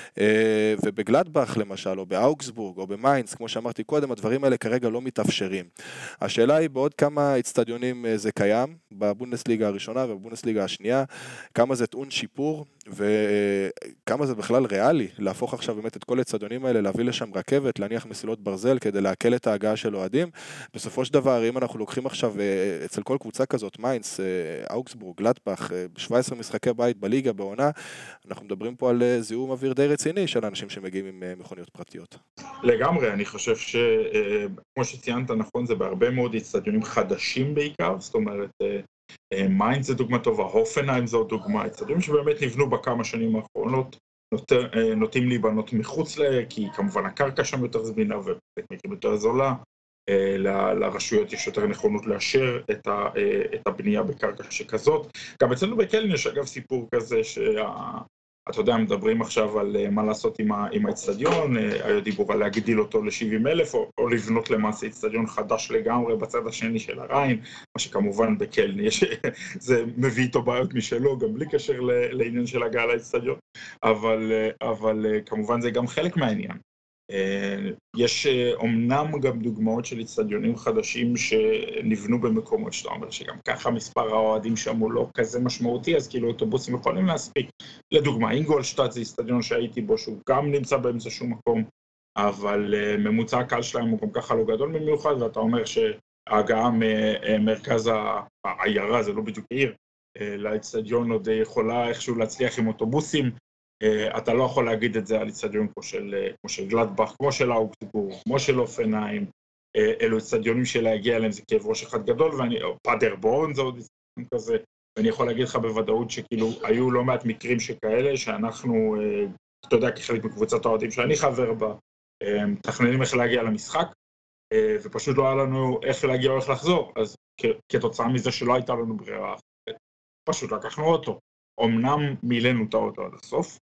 Speaker 1: ובגלדבך למשל, או באוגסבורג, או במיינץ, כמו שאמרתי קודם, הדברים האלה כרגע לא מתאפשרים. השאלה היא בעוד כמה אצטדיונים זה קיים, בבונדסליגה הראשונה ובבונדסליגה השנייה, כמה זה טעון שיפור, וכמה זה בכלל ריאלי, להפוך עכשיו באמת את כל האצטדיונים האלה, להביא לשם רכבת, להניח מסילות ברזל, כדי להקל את ההגעה של אוהדים. בסופו של דבר, אם אנחנו לוקחים עכשיו אצל כל קבוצה כזאת, מיינץ, אוגסבורג, גלדבך, שבע עשרה משחקי בית בליגה בעונה, אנחנו מדברים פה על זיהום אוויר די רציני של אנשים שמגיעים עם מכוניות פרטיות.
Speaker 3: לגמרי, אני חושב שכמו שציינת נכון, זה בהרבה מאוד אצטדיונים חדשים בעיקר, זאת אומרת, מיינץ זה דוגמה טובה, הופנהיים זו דוגמה, אצטדיונים שבאמת נבנו בכמה שנים האחרונות, נות, נוטים להיבנות מחוץ לה, כי כמובן הקרקע שם יותר זמינה ובמקרים יותר זולה, ל, לרשויות יש יותר נכונות לאשר את, ה, את הבנייה בקרקע שכזאת. גם אצלנו בקלן יש אגב סיפור כזה שה... אתה יודע, מדברים עכשיו על מה לעשות עם האצטדיון, היה דיבור על להגדיל אותו ל-שבעים אלף, או, או לבנות למעשה אצטדיון חדש לגמרי בצד השני של הריין, מה שכמובן בקלן יש, זה מביא איתו בעיות משלו, גם בלי קשר לעניין של הגעה לאצטדיון, אבל, אבל כמובן זה גם חלק מהעניין. יש אומנם גם דוגמאות של אצטדיונים חדשים שנבנו במקומות שאתה אומר שגם ככה מספר האוהדים שם הוא לא כזה משמעותי, אז כאילו אוטובוסים יכולים להספיק. לדוגמה, אינגולשטאט זה אצטדיון שהייתי בו שהוא גם נמצא באמצע שום מקום, אבל ממוצע הקהל שלהם הוא גם ככה לא גדול במיוחד, ואתה אומר שההגעה ממרכז העיירה, זה לא בדיוק עיר, לאצטדיון עוד יכולה איכשהו להצליח עם אוטובוסים, אתה לא יכול להגיד את זה על אצטדיון כמו של, כמו של גלדבך, כמו של אוגסבורג, כמו של אופנהיים, אלו אצטדיונים שלהגיע אליהם זה כאב ראש אחד גדול, ואני, או פאדרבורן זה עוד אצטדיון כזה, ואני יכול להגיד לך בוודאות שכאילו היו לא מעט מקרים שכאלה, שאנחנו, אתה יודע, כחלק מקבוצת האוהדים שאני חבר בה, מתכננים איך להגיע למשחק, ופשוט לא היה לנו איך להגיע או איך לחזור, אז כתוצאה מזה שלא הייתה לנו ברירה, פשוט לקחנו אותו. אמנם מילאנו את האוטו עד הסוף,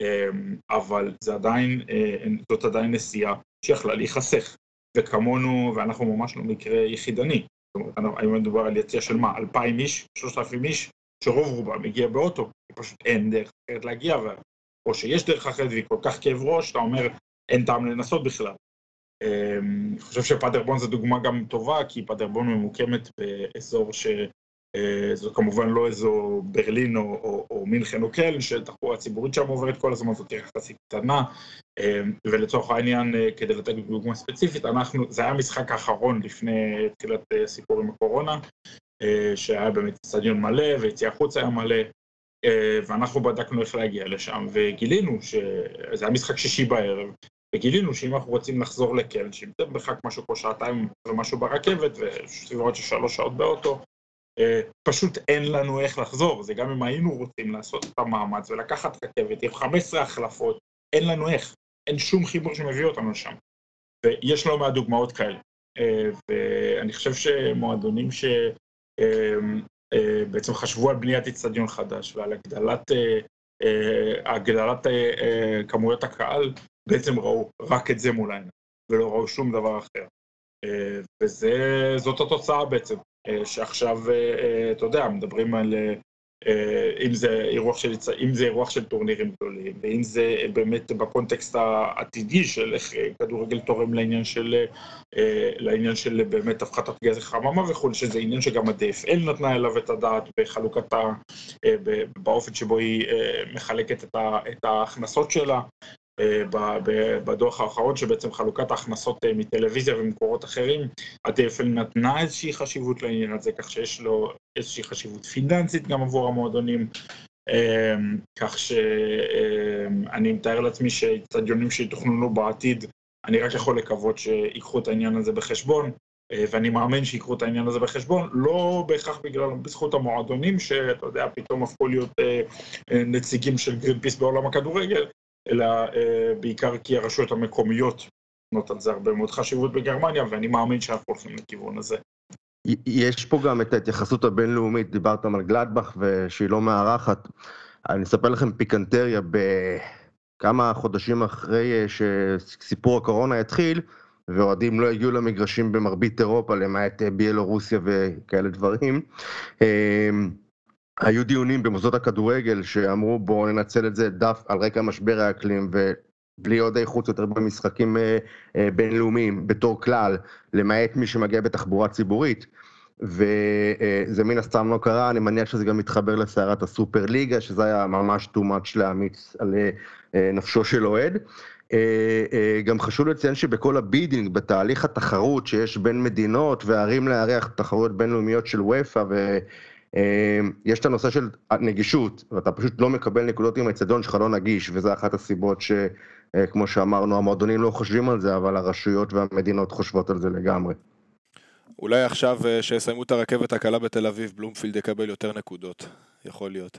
Speaker 3: אבל זה עדיין, זאת עדיין נסיעה שיכלה להיחסך, וכמונו, ואנחנו ממש לא מקרה יחידני, זאת אומרת, היום מדובר על יציאה של מה, אלפיים איש, שלושת אלפים איש, שרוב רובם מגיע באוטו, פשוט אין דרך אחרת להגיע, או שיש דרך אחרת והיא כל כך כאב ראש, אתה אומר, אין טעם לנסות בכלל. אני חושב שפאדרבון זו דוגמה גם טובה, כי פאדרבון ממוקמת באזור ש... זו כמובן לא איזו ברלין או, או, או מינכן או קלן, שתחבורה ציבורית שם עוברת כל הזמן, זאת תהיה יחסית קטנה, ולצורך העניין, כדי לתת דוגמה ספציפית, אנחנו, זה היה המשחק האחרון לפני תחילת סיפור עם הקורונה, שהיה באמת אצטדיון מלא, ויציאה החוץ היה מלא, ואנחנו בדקנו איך להגיע לשם, וגילינו שזה היה משחק שישי בערב, וגילינו שאם אנחנו רוצים לחזור לקלן, שאם זה בחק משהו כמו שעתיים ומשהו ברכבת, וסביבות של שלוש שעות באוטו, פשוט אין לנו איך לחזור, זה גם אם היינו רוצים לעשות את המאמץ ולקחת רכבת, עם חמש עשרה החלפות, אין לנו איך, אין שום חיבור שמביא אותנו לשם. ויש לא מהדוגמאות כאלה. ואני חושב שמועדונים שבעצם חשבו על בניית אצטדיון חדש ועל הגדלת, הגדלת כמויות הקהל, בעצם ראו רק את זה מולנו, ולא ראו שום דבר אחר. וזאת התוצאה בעצם, שעכשיו, אתה יודע, מדברים על אם זה אירוח של, אם זה אירוח של טורנירים גדולים, ואם זה באמת בקונטקסט העתידי של איך כדורגל תורם לעניין של, לעניין של באמת הפחתת גזי חממה וכו', שזה עניין שגם ה-די אף אל נתנה אליו את הדעת בחלוקתה, באופן שבו היא מחלקת את ההכנסות שלה, בדוח האחרון שבעצם חלוקת ההכנסות מטלוויזיה ומקורות אחרים, ה-די אף אל נתנה איזושהי חשיבות לעניין הזה, כך שיש לו איזושהי חשיבות פיננסית גם עבור המועדונים, כך שאני מתאר לעצמי שאצטדיונים שיתוכננו בעתיד, אני רק יכול לקוות שיקחו את העניין הזה בחשבון, ואני מאמין שיקחו את העניין הזה בחשבון, לא בהכרח בגלל, בזכות המועדונים, שאתה יודע, פתאום הפכו להיות נציגים של גרינפיס בעולם הכדורגל, אלא בעיקר כי הרשויות המקומיות נותנות על זה הרבה מאוד חשיבות בגרמניה, ואני מאמין שאנחנו הולכים לכיוון הזה.
Speaker 2: יש פה גם את ההתייחסות הבינלאומית, דיברתם על גלדבך ושהיא לא מארחת. אני אספר לכם פיקנטריה, בכמה חודשים אחרי שסיפור הקורונה התחיל, ואוהדים לא הגיעו למגרשים במרבית אירופה, למעט ביאלורוסיה וכאלה דברים. היו דיונים במוסדות הכדורגל שאמרו בואו ננצל את זה דף על רקע משבר האקלים, ובלי עוד איכות יותר במשחקים בינלאומיים בתור כלל, למעט מי שמגיע בתחבורה ציבורית, וזה מן הסתם לא קרה. אני מניח שזה גם מתחבר לסערת הסופר ליגה, שזה היה ממש too much להמיץ על נפשו של אוהד. גם חשוב לציין שבכל הבידינג, בתהליך התחרות שיש בין מדינות וערים לארח תחרויות בינלאומיות של וופא, ויש את הנושא של נגישות, ואתה פשוט לא מקבל נקודות עם האצטדיון שלך לא נגיש, וזה אחת הסיבות שכמו שאמרנו, המועדונים לא חושבים על זה, אבל הרשויות והמדינות חושבות על זה לגמרי.
Speaker 1: אולי עכשיו שיסיימו את הרכבת הקלה בתל אביב, בלומפילד יקבל יותר נקודות, יכול להיות.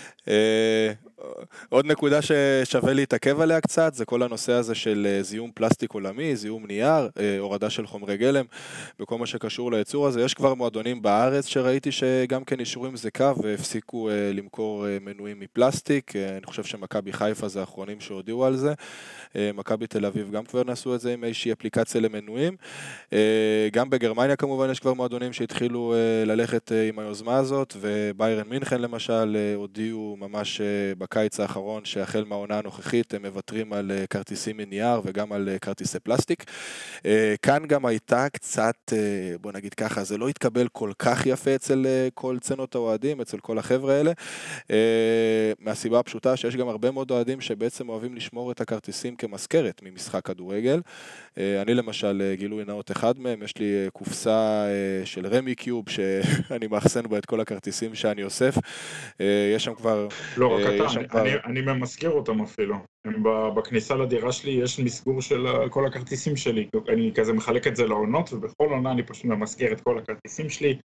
Speaker 1: עוד נקודה ששווה להתעכב עליה קצת, זה כל הנושא הזה של זיהום פלסטיק עולמי, זיהום נייר, הורדה של חומרי גלם, בכל מה שקשור לייצור הזה. יש כבר מועדונים בארץ שראיתי שגם כן אישרו עם זה קו, והפסיקו למכור מנויים מפלסטיק. אני חושב שמכבי חיפה זה האחרונים שהודיעו על זה. מכבי תל אביב גם כבר נעשו את זה עם איזושהי אפליקציה למנויים. גם בגרמניה כמובן יש כבר מועדונים שהתחילו ללכת עם היוזמה הזאת, וביירן מינכן למשל הודיעו ממש בקיץ האחרון שהחל מהעונה הנוכחית הם מוותרים על כרטיסים מנייר וגם על כרטיסי פלסטיק. כאן גם הייתה קצת, בוא נגיד ככה, זה לא התקבל כל כך יפה אצל כל צנות האוהדים, אצל כל החבר'ה האלה, מהסיבה הפשוטה שיש גם הרבה מאוד אוהדים שבעצם אוהבים לשמור את הכרטיסים כמזכרת ממשחק כדורגל. אני למשל גילוי נאות אחד מהם, יש לי קופסה של רמי קיוב שאני מאחסן בה את כל הכרטיסים שאני אוסף. יש שם כבר...
Speaker 3: לא רק אתה, אני ממזכיר אותם אפילו. בכניסה לדירה שלי יש מסגור של כל הכרטיסים שלי. אני כזה מחלק את זה לעונות, ובכל עונה אני פשוט ממזכיר את כל הכרטיסים שלי,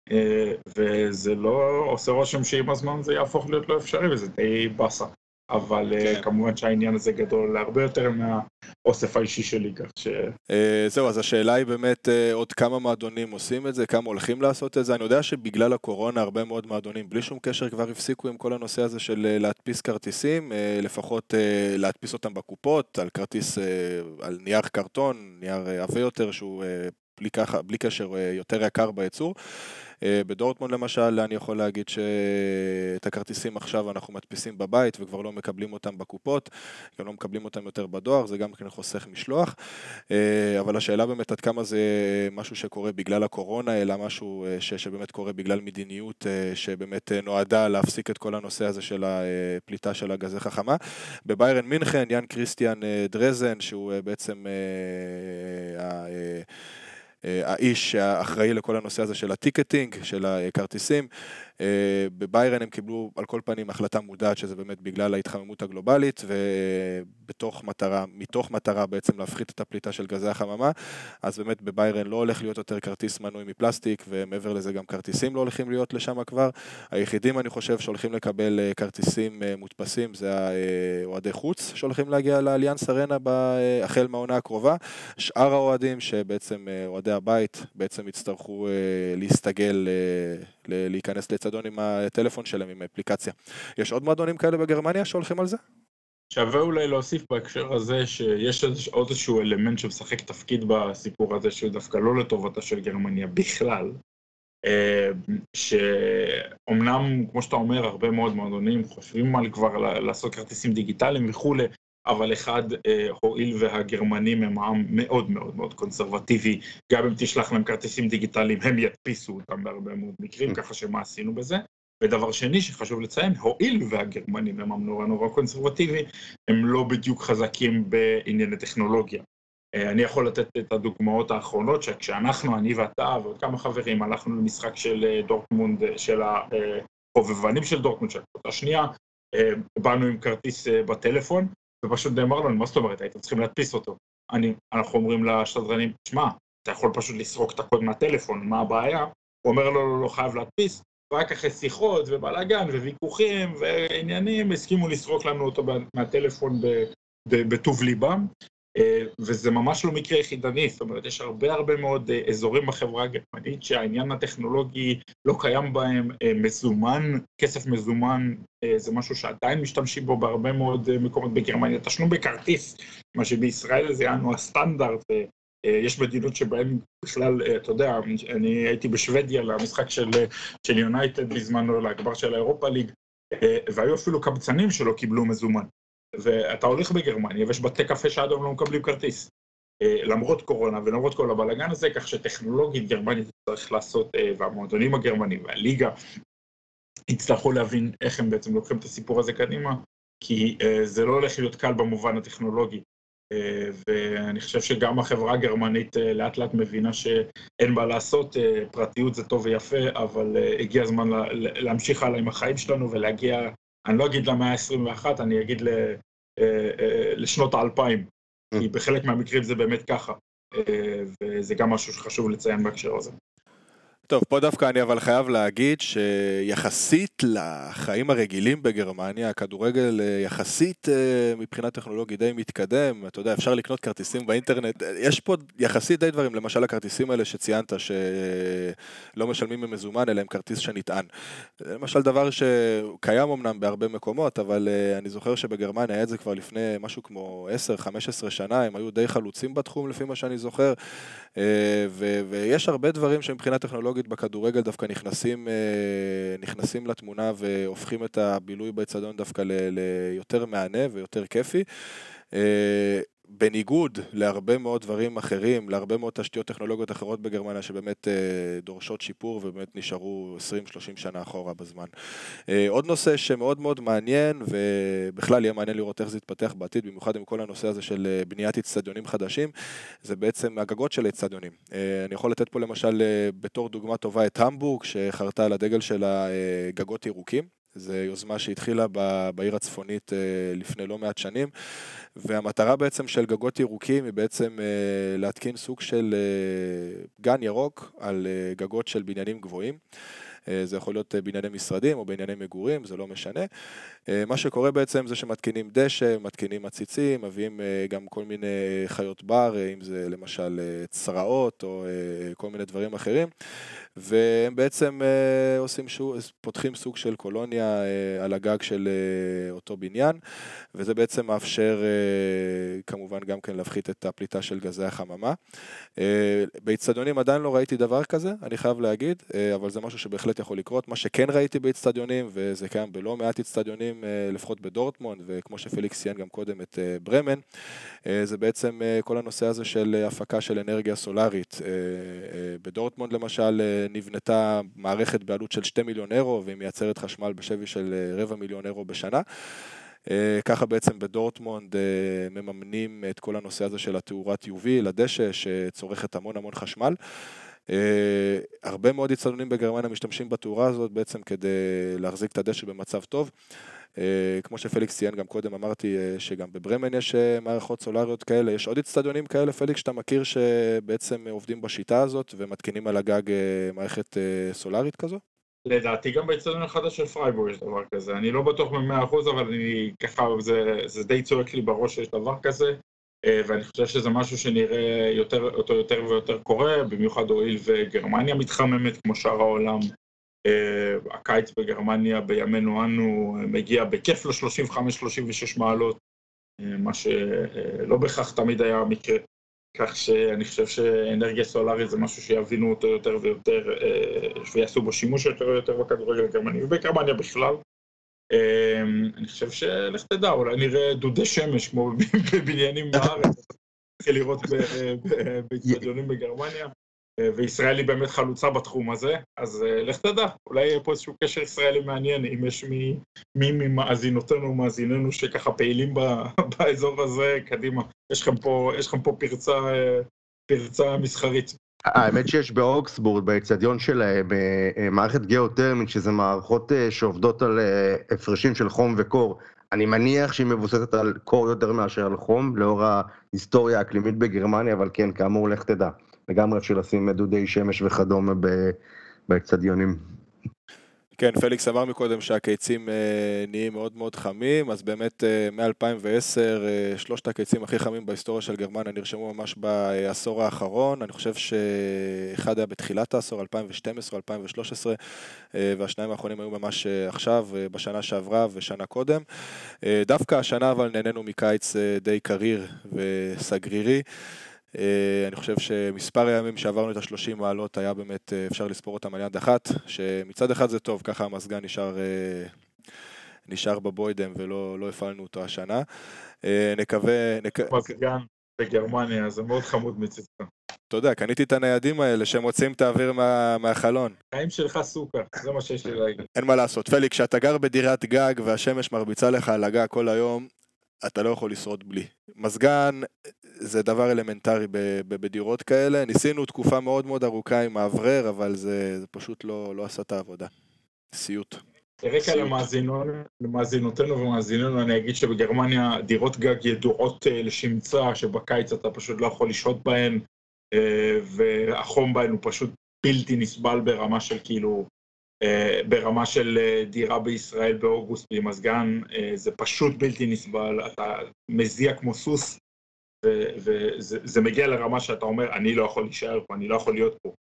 Speaker 3: וזה לא עושה רושם שעם הזמן זה יהפוך להיות לא אפשרי, וזה די בסה. אבל כמובן שהעניין הזה גדול להרבה יותר מהאוסף האישי שלי, כך ש...
Speaker 1: זהו, אז השאלה היא באמת עוד כמה מועדונים עושים את זה, כמה הולכים לעשות את זה. אני יודע שבגלל הקורונה הרבה מאוד מועדונים, בלי שום קשר, כבר הפסיקו עם כל הנושא הזה של להדפיס כרטיסים, לפחות להדפיס אותם בקופות, על כרטיס, על נייר קרטון, נייר עבה יותר, שהוא בלי, ככה, בלי קשר יותר יקר בייצור. בדורטמונד למשל, אני יכול להגיד שאת הכרטיסים עכשיו אנחנו מדפיסים בבית וכבר לא מקבלים אותם בקופות, גם לא מקבלים אותם יותר בדואר, זה גם כן חוסך משלוח. אבל השאלה באמת עד כמה זה משהו שקורה בגלל הקורונה, אלא משהו ש, שבאמת קורה בגלל מדיניות שבאמת נועדה להפסיק את כל הנושא הזה של הפליטה של הגזי חכמה. בביירן מינכן, יאן קריסטיאן דרזן, שהוא בעצם ה... האיש האחראי לכל הנושא הזה של הטיקטינג, של הכרטיסים, בביירן הם קיבלו על כל פנים החלטה מודעת שזה באמת בגלל ההתחממות הגלובלית, ובתוך מטרה, מתוך מטרה בעצם להפחית את הפליטה של גזי החממה, אז באמת בביירן לא הולך להיות יותר כרטיס מנוי מפלסטיק, ומעבר לזה גם כרטיסים לא הולכים להיות לשם כבר. היחידים אני חושב שהולכים לקבל כרטיסים מודפסים, זה האוהדי חוץ שהולכים להגיע לאליאנס ארנה החל מהעונה הקרובה. שאר האוהדים שבעצם אוהדי הבית בעצם יצטרכו להסתגל, להיכנס לאצטדיון עם הטלפון שלהם, עם האפליקציה. יש עוד מועדונים כאלה בגרמניה שהולכים על זה?
Speaker 3: שווה אולי להוסיף בהקשר הזה שיש עוד איזשהו אלמנט שמשחק תפקיד בסיפור הזה שהוא דווקא לא לטובתה של גרמניה בכלל, שאומנם כמו שאתה אומר הרבה מאוד מועדונים חושבים על כבר לעשות כרטיסים דיגיטליים וכו', אבל אחד הועיל והגרמנים הם עם מאוד מאוד מאוד קונסרבטיבי, גם אם תשלח להם כרטיסים דיגיטליים הם ידפיסו אותם בהרבה מאוד מקרים, ככה שמה עשינו בזה. ודבר שני שחשוב לציין, הועיל והגרמנים הם עם נורא נורא קונסרבטיבי, הם לא בדיוק חזקים בענייני טכנולוגיה. אני יכול לתת את הדוגמאות האחרונות, שכשאנחנו, אני ואתה ועוד כמה חברים, הלכנו למשחק של דורטמונד, של החובבנים של דורטמונד, של הקבוצה השנייה, באנו עם כרטיס בטלפון, ופשוט נאמר לנו, מה זאת אומרת, הייתם צריכים להדפיס אותו. אני, אנחנו אומרים לשדרנים, שמע, אתה יכול פשוט לסרוק את הקוד מהטלפון, מה הבעיה? הוא אומר לו, לא, לא חייב להדפיס, רק אחרי שיחות ובלגן וויכוחים ועניינים, הסכימו לסרוק לנו אותו מהטלפון בטוב ליבם, וזה ממש לא מקרה יחידני, זאת אומרת, יש הרבה הרבה מאוד אזורים בחברה הגרמנית שהעניין הטכנולוגי לא קיים בהם, מזומן, כסף מזומן, זה משהו שעדיין משתמשים בו בהרבה מאוד מקומות בגרמניה, תשלום בכרטיס, מה שבישראל זה יענו הסטנדרט, יש מדינות שבהן בכלל, אתה יודע, אני הייתי בשוודיה למשחק של, של יונייטד בזמנו, להגבר של האירופה ליג, והיו אפילו קבצנים שלא קיבלו מזומן. ואתה הולך בגרמניה, ויש בתי קפה שעד היום לא מקבלים כרטיס. למרות קורונה ולמרות כל הבלגן הזה, כך שטכנולוגית גרמנית צריך לעשות, והמועדונים הגרמנים והליגה יצטרכו להבין איך הם בעצם לוקחים את הסיפור הזה קדימה, כי זה לא הולך להיות קל במובן הטכנולוגי. ואני חושב שגם החברה הגרמנית לאט לאט מבינה שאין בה לעשות, פרטיות זה טוב ויפה, אבל הגיע הזמן להמשיך הלאה עם החיים שלנו ולהגיע, אני לא אגיד למאה ה-עשרים ואחת, אני אגיד לשנות האלפיים, כי בחלק מהמקרים זה באמת ככה, וזה גם משהו שחשוב לציין בהקשר הזה.
Speaker 1: טוב, פה דווקא אני אבל חייב להגיד שיחסית לחיים הרגילים בגרמניה, הכדורגל יחסית מבחינה טכנולוגית די מתקדם, אתה יודע, אפשר לקנות כרטיסים באינטרנט, יש פה יחסית די דברים, למשל הכרטיסים האלה שציינת, שלא משלמים במזומן, אלא הם כרטיס שנטען. למשל דבר שקיים אמנם בהרבה מקומות, אבל אני זוכר שבגרמניה היה את זה כבר לפני משהו כמו עשר חמש עשרה שנה, הם היו די חלוצים בתחום לפי מה שאני זוכר, ויש הרבה דברים שמבחינה טכנולוגית בכדורגל דווקא נכנסים, נכנסים לתמונה והופכים את הבילוי באצטדיון דווקא ליותר מענה ויותר כיפי. בניגוד להרבה מאוד דברים אחרים, להרבה מאוד תשתיות טכנולוגיות אחרות בגרמניה שבאמת דורשות שיפור ובאמת נשארו עשרים שלושים שנה אחורה בזמן. עוד נושא שמאוד מאוד מעניין ובכלל יהיה מעניין לראות איך זה יתפתח בעתיד, במיוחד עם כל הנושא הזה של בניית אצטדיונים חדשים, זה בעצם הגגות של האצטדיונים. אני יכול לתת פה למשל בתור דוגמה טובה את המבורג שחרתה על הדגל של הגגות ירוקים. זו יוזמה שהתחילה בעיר הצפונית לפני לא מעט שנים, והמטרה בעצם של גגות ירוקים היא בעצם להתקין סוג של גן ירוק על גגות של בניינים גבוהים. זה יכול להיות בנייני משרדים או בנייני מגורים, זה לא משנה. מה שקורה בעצם זה שמתקינים דשא, מתקינים עציצים, מביאים גם כל מיני חיות בר, אם זה למשל צרעות או כל מיני דברים אחרים, והם בעצם עושים שוב, פותחים סוג של קולוניה על הגג של אותו בניין, וזה בעצם מאפשר כמובן גם כן להפחית את הפליטה של גזי החממה. באצטדיונים עדיין לא ראיתי דבר כזה, אני חייב להגיד, אבל זה משהו שבהחלט יכול לקרות. מה שכן ראיתי באצטדיונים, וזה קיים בלא מעט אצטדיונים, לפחות בדורטמונד, וכמו שפליקס ציין גם קודם את ברמן, זה בעצם כל הנושא הזה של הפקה של אנרגיה סולארית. בדורטמונד למשל נבנתה מערכת בעלות של שתי מיליון אירו, והיא מייצרת חשמל בשווי של רבע מיליון אירו בשנה. ככה בעצם בדורטמונד מממנים את כל הנושא הזה של התאורת יו וי לדשא, שצורכת המון המון חשמל. הרבה מאוד אצטדיונים בגרמניה משתמשים בתאורה הזאת בעצם כדי להחזיק את הדשא במצב טוב. כמו שפליקס ציין גם קודם, אמרתי שגם בברמן יש מערכות סולריות כאלה, יש עוד אצטדיונים כאלה, פליקס, שאתה מכיר שבעצם עובדים בשיטה הזאת ומתקינים על הגג מערכת סולרית כזו?
Speaker 3: לדעתי גם באצטדיון החדש של פרייבורג יש דבר כזה, אני לא בטוח ב-מאה אחוז, אבל אני ככה, זה, זה די צועק לי בראש שיש דבר כזה, ואני חושב שזה משהו שנראה יותר, אותו יותר ויותר קורה, במיוחד הואיל וגרמניה מתחממת כמו שאר העולם. Uh, הקיץ בגרמניה בימינו אנו מגיע בכיף ל-שלושים וחמש שלושים ושש מעלות, uh, מה שלא uh, בכך תמיד היה המקרה, כך שאני חושב שאנרגיה סולארית זה משהו שיבינו אותו יותר ויותר, uh, ויעשו בו שימוש יותר ויותר בכדורגל הגרמני ובגרמניה בכלל. uh, אני חושב שלך תדע, אולי נראה דודי שמש כמו בבניינים בארץ, נתחיל לראות באצטדיונים בגרמניה. וישראל היא באמת חלוצה בתחום הזה, אז לך תדע, אולי יהיה פה איזשהו קשר ישראלי מעניין, אם יש מי, מי ממאזינותינו ומאזיננו שככה פעילים באזור הזה, קדימה, יש לכם פה, יש לכם פה פרצה, פרצה מסחרית.
Speaker 2: האמת שיש באוקסבורד, באצטדיון שלהם, מערכת גיאותרמית, שזה מערכות שעובדות על הפרשים של חום וקור. אני מניח שהיא מבוססת על קור יותר מאשר על חום, לאור ההיסטוריה האקלימית בגרמניה, אבל כן, כאמור, לך תדע. לגמרי אפשר לשים דודי שמש וכדומה באצטדיונים.
Speaker 1: כן, פליקס אמר מקודם שהקיצים נהיים מאוד מאוד חמים, אז באמת מ-אלפיים ועשר שלושת הקיצים הכי חמים בהיסטוריה של גרמניה נרשמו ממש בעשור האחרון, אני חושב שאחד היה בתחילת העשור, אלפיים ושתים עשרה, אלפיים ושלוש עשרה, והשניים האחרונים היו ממש עכשיו, בשנה שעברה ושנה קודם. דווקא השנה אבל נהנינו מקיץ די קריר וסגרירי, אני חושב שמספר הימים שעברנו את ה-שלושים מעלות היה באמת, אפשר לספור אותם על יד אחת, שמצד אחד זה טוב, ככה המזגן נשאר, נשאר בבוידם ולא לא הפעלנו אותו השנה. נקווה...
Speaker 3: מזגן בגרמניה, זה מאוד חמוד מצדך.
Speaker 1: אתה יודע, קניתי את הניידים האלה שהם מוצאים את האוויר מה, מהחלון.
Speaker 3: חיים שלך סוכר, זה מה שיש לי להגיד.
Speaker 1: אין מה לעשות, פליק, כשאתה גר בדירת גג והשמש מרביצה לך על הגג כל היום, אתה לא יכול לשרוד בלי. מזגן זה דבר אלמנטרי בדירות כאלה, ניסינו תקופה מאוד מאוד ארוכה עם האוורר, אבל זה, זה פשוט לא, לא עשה את העבודה. סיוט.
Speaker 3: רקע למאזינותינו ומאזיננו, אני אגיד שבגרמניה דירות גג ידועות לשמצה, שבקיץ אתה פשוט לא יכול לשהות בהן, והחום בהן הוא פשוט בלתי נסבל ברמה של כאילו, ברמה של דירה בישראל באוגוסט בלי מזגן, זה פשוט בלתי נסבל, אתה מזיע כמו סוס, וזה מגיע לרמה שאתה אומר, אני לא יכול להישאר פה, אני לא יכול להיות פה.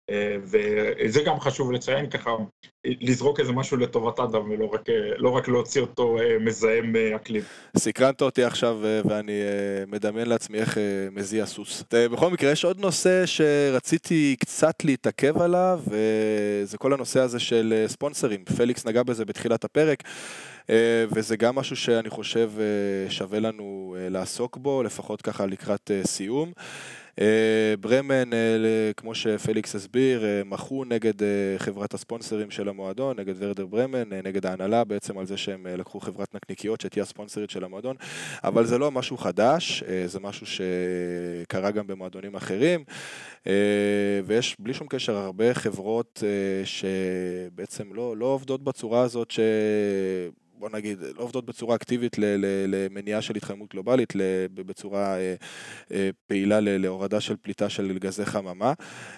Speaker 3: וזה גם חשוב לציין ככה, לזרוק איזה משהו לטובת אדם, ולא רק, לא רק להוציא אותו מזהם אקלים.
Speaker 1: סקרנת אותי עכשיו, ואני מדמיין לעצמי איך מזיע סוס. בכל מקרה, יש עוד נושא שרציתי קצת להתעכב עליו, וזה כל הנושא הזה של ספונסרים. פליקס נגע בזה בתחילת הפרק, וזה גם משהו שאני חושב שווה לנו לעסוק בו, לפחות ככה לקראת סיום. ברמן, כמו שפליקס הסביר, מחו נגד חברת הספונסרים של המועדון, נגד ורדר ברמן, נגד ההנהלה בעצם על זה שהם לקחו חברת נקניקיות שתהיה הספונסרית של המועדון, אבל זה לא משהו חדש, זה משהו שקרה גם במועדונים אחרים, ויש בלי שום קשר הרבה חברות שבעצם לא, לא עובדות בצורה הזאת ש... בוא נגיד, לא עובדות בצורה אקטיבית למניעה של התחממות גלובלית, בצורה פעילה להורדה של פליטה של גזי חממה.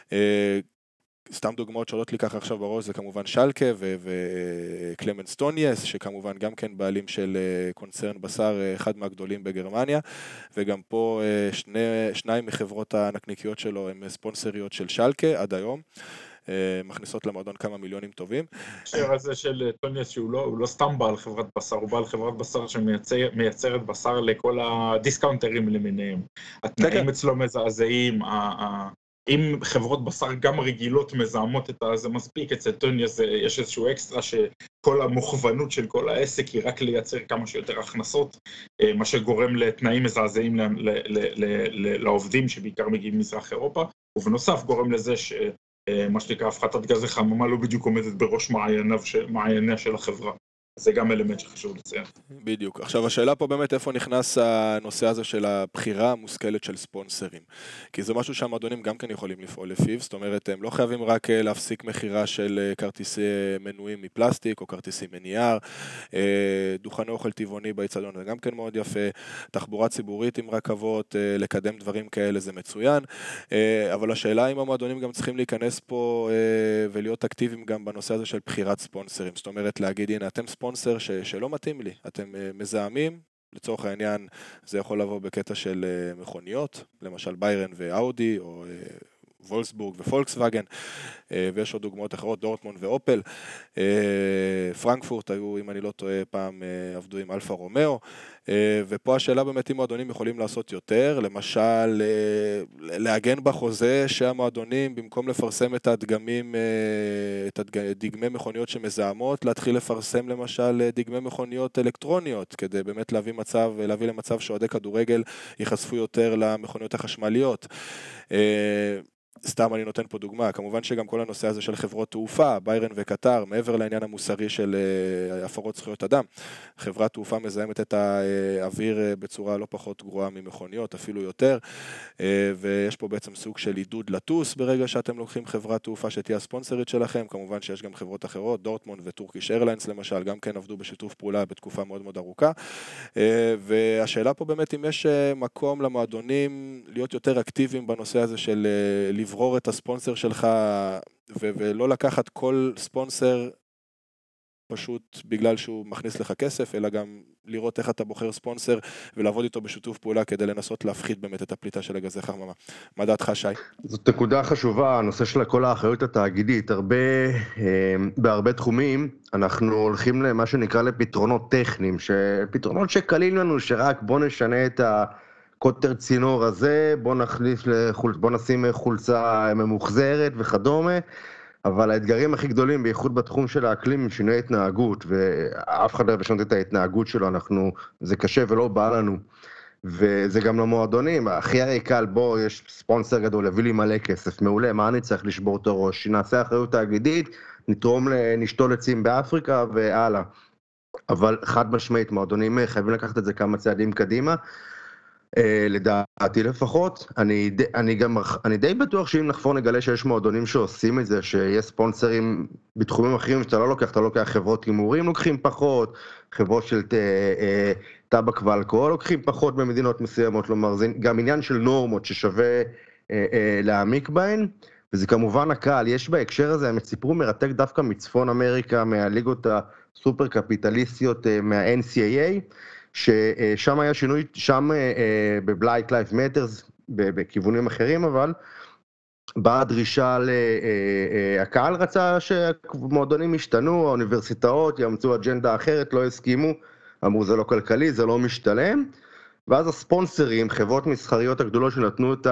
Speaker 1: סתם דוגמאות שעולות לי ככה עכשיו בראש, זה כמובן שלקה וקלמנס טוניאס, שכמובן גם כן בעלים של קונצרן בשר, אחד מהגדולים בגרמניה, וגם פה שני, שניים מחברות הנקניקיות שלו הם ספונסריות של שלקה עד היום. מכניסות למועדון כמה מיליונים טובים.
Speaker 3: השאר הזה של טוניאס שהוא לא, הוא לא סתם בעל חברת בשר, הוא בעל חברת בשר שמייצרת בשר לכל הדיסקאונטרים למיניהם. התנאים אצלו מזעזעים, אם חברות בשר גם רגילות מזהמות את זה מספיק, אצל טוניאס יש איזשהו אקסטרה שכל המוכוונות של כל העסק היא רק לייצר כמה שיותר הכנסות, מה שגורם לתנאים מזעזעים לעובדים שבעיקר מגיעים ממזרח אירופה, ובנוסף גורם לזה ש... מה שנקרא, הפחתת גזי חממה לא בדיוק עומדת בראש מעייניה של החברה. זה גם אלמנט שחשוב לציין.
Speaker 1: בדיוק. עכשיו, השאלה פה באמת איפה נכנס הנושא הזה של הבחירה המושכלת של ספונסרים. כי זה משהו שהמועדונים גם כן יכולים לפעול לפיו, זאת אומרת, הם לא חייבים רק להפסיק מחירה של כרטיסי מנויים מפלסטיק או כרטיסים מנייר, דוכני אוכל טבעוני באצטדיון, זה גם כן מאוד יפה, תחבורה ציבורית עם רכבות, לקדם דברים כאלה זה מצוין, אבל השאלה אם המועדונים גם צריכים להיכנס פה ולהיות אקטיביים גם בנושא הזה של בחירת ספונסרים, זאת אומרת, להגיד, הנה, אתם ספונסר ש- שלא מתאים לי, אתם מזהמים, לצורך העניין זה יכול לבוא בקטע של מכוניות, למשל ביירן ואודי, או וולסבורג ופולקסווגן, ויש עוד דוגמאות אחרות, דורטמונד ואופל, פרנקפורט היו, אם אני לא טועה, פעם עבדו עם אלפה רומאו, ופה השאלה באמת אם מועדונים יכולים לעשות יותר, למשל להגן בחוזה שהמועדונים במקום לפרסם את הדגמים, את דגמי מכוניות שמזהמות, להתחיל לפרסם למשל דגמי מכוניות אלקטרוניות, כדי באמת להביא מצב, להביא למצב שעודי כדורגל ייחשפו יותר למכוניות החשמליות. סתם אני נותן פה דוגמה, כמובן שגם כל הנושא הזה של חברות תעופה, ביירן וקטר, מעבר לעניין המוסרי של הפרות זכויות אדם, חברת תעופה מזהמת את האוויר בצורה לא פחות גרועה ממכוניות, אפילו יותר, ויש פה בעצם סוג של עידוד לטוס ברגע שאתם לוקחים חברת תעופה שתהיה הספונסרית שלכם, כמובן שיש גם חברות אחרות, דורטמונד וטורקיש איירליינס למשל, גם כן עבדו בשיתוף פעולה בתקופה מאוד מאוד ארוכה, והשאלה פה באמת אם יש מקום למועדונים להיות יותר אקטיביים בנושא הזה של לברור את הספונסר שלך, ו- ולא לקחת כל ספונסר פשוט בגלל שהוא מכניס לך כסף, אלא גם לראות איך אתה בוחר ספונסר, ולעבוד איתו בשיתוף פעולה, כדי לנסות להפחית באמת את הפליטה של הגזי חממה. מה דעתך, שי?
Speaker 2: זאת נקודה חשובה, הנושא של כל האחריות התאגידית. הרבה, בהרבה תחומים, אנחנו הולכים למה שנקרא לפתרונות טכניים, פתרונות שקלים לנו, שרק בוא נשנה את ה... קוטר צינור הזה, בוא נחליף לחול... בוא נשים חולצה ממוחזרת וכדומה, אבל האתגרים הכי גדולים, בייחוד בתחום של האקלים, הם שינוי התנהגות, ואף אחד לא ישנות את ההתנהגות שלו, אנחנו, זה קשה ולא בא לנו, וזה גם למועדונים, הכי הרי קל, בוא, יש ספונסר גדול, הביא לי מלא כסף, מעולה, מה אני צריך לשבור את הראש, נעשה אחריות תאגידית, נתרום, נשתול עצים באפריקה והלאה, אבל חד משמעית, מועדונים חייבים לקחת את זה כמה צעדים קדימה, לדעתי לפחות, אני, אני גם, אני די בטוח שאם נחפור נגלה שיש מועדונים שעושים את זה, שיש ספונסרים בתחומים אחרים שאתה לא לוקח, אתה לוקח חברות הימורים לוקחים פחות, חברות של טבק ואלכוהול לוקחים פחות במדינות מסוימות, כלומר זה גם עניין של נורמות ששווה להעמיק בהן, וזה כמובן הקהל, יש בהקשר הזה, הם סיפרו מרתק דווקא מצפון אמריקה, מהליגות הסופר קפיטליסטיות, מה-אן סי איי איי, ששם היה שינוי, שם ב-Black Lives Matters, בכיוונים אחרים, אבל באה הדרישה, הקהל רצה שמועדונים השתנו, האוניברסיטאות יאמצו אג'נדה אחרת, לא הסכימו, אמרו זה לא כלכלי, זה לא משתלם, ואז הספונסרים, חברות מסחריות הגדולות שנתנו את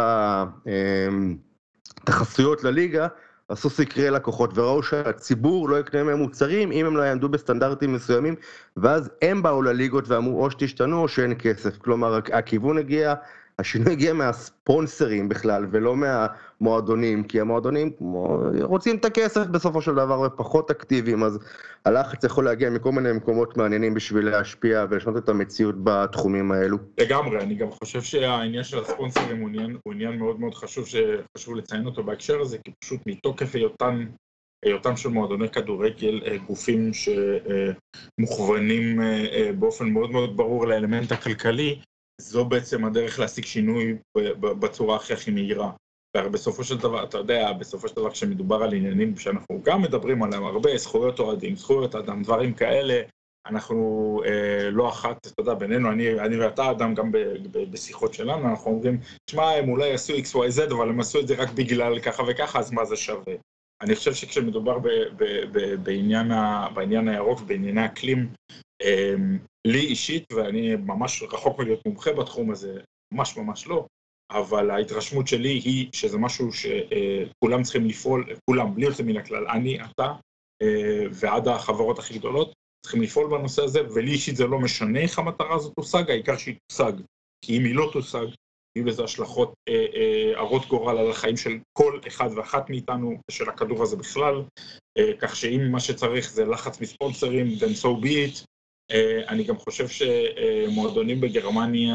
Speaker 2: התחסויות לליגה, עשו סקרי לקוחות וראו שהציבור לא יקנה מהם מוצרים אם הם לא יעמדו בסטנדרטים מסוימים, ואז הם באו לליגות ואמרו או שתשתנו או שאין כסף, כלומר הכיוון הגיע, השינוי הגיע מהספונסרים בכלל ולא מהמועדונים, כי המועדונים רוצים את הכסף בסופו של דבר ופחות אקטיביים, אז הלחץ יכול להגיע מכל מיני מקומות מעניינים בשביל להשפיע ולשנות את המציאות בתחומים האלו.
Speaker 3: לגמרי, אני גם חושב שהעניין של הספונסרים הוא עניין, הוא עניין מאוד מאוד חשוב שחשוב לציין אותו בהקשר הזה, כי פשוט מתוקף היותן, היותם של מועדוני כדורגל, גופים שמוכוונים באופן מאוד מאוד ברור לאלמנט הכלכלי, זו בעצם הדרך להשיג שינוי בצורה הכי הכי מהירה. בסופו של דבר, אתה יודע, בסופו של דבר כשמדובר על עניינים שאנחנו גם מדברים עליהם הרבה, זכויות אוהדים, זכויות אדם, דברים כאלה, אנחנו אה, לא אחת, אתה יודע, בינינו, אני, אני ואתה אדם גם ב, ב, בשיחות שלנו, אנחנו אומרים, שמע, הם אולי יעשו אקס וואי זד, אבל הם עשו את זה רק בגלל ככה וככה, אז מה זה שווה? אני חושב שכשמדובר ב, ב, ב, בעניין, ה, בעניין הירוק ובענייני האקלים, אה, לי אישית, ואני ממש רחוק מלהיות מומחה בתחום הזה, ממש ממש לא, אבל ההתרשמות שלי היא שזה משהו שכולם צריכים לפעול, כולם, בלי יוצא מן הכלל, אני, אתה, ועד החברות הכי גדולות, צריכים לפעול בנושא הזה, ולי אישית זה לא משנה איך המטרה הזאת תושג, העיקר שהיא תושג, כי אם היא לא תושג, יהיו לזה השלכות הרות גורל על החיים של כל אחד ואחת מאיתנו, של הכדור הזה בכלל, כך שאם מה שצריך זה לחץ מספונסרים, then so be it. אני גם חושב שמועדונים בגרמניה,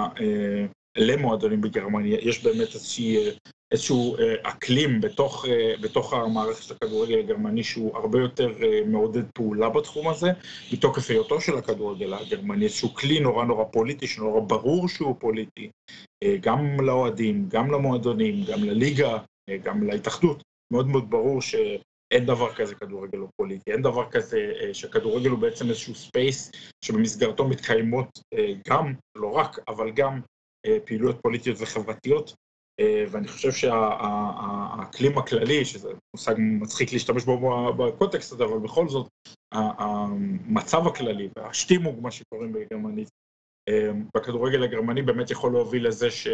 Speaker 3: למועדונים בגרמניה, יש באמת איזשהו אקלים בתוך, בתוך המערכת של הכדורגל הגרמני שהוא הרבה יותר מעודד פעולה בתחום הזה, מתוקף היותו של הכדורגל הגרמני, איזשהו כלי נורא נורא פוליטי, שנורא ברור שהוא פוליטי, גם לאוהדים, גם למועדונים, גם לליגה, גם להתאחדות. מאוד מאוד ברור שאין דבר כזה כדורגל לא פוליטי, אין דבר כזה שכדורגל הוא בעצם איזשהו ספייס שבמסגרתו מתקיימות גם, לא רק, אבל גם פעילויות פוליטיות וחברתיות, ואני חושב שהאקלים הכללי, שזה מושג מצחיק להשתמש בו בקונטקסט הזה, אבל בכל זאת, המצב הכללי והשטימוג, מה שקוראים בגרמנית, בכדורגל הגרמני באמת יכול להוביל לזה ש...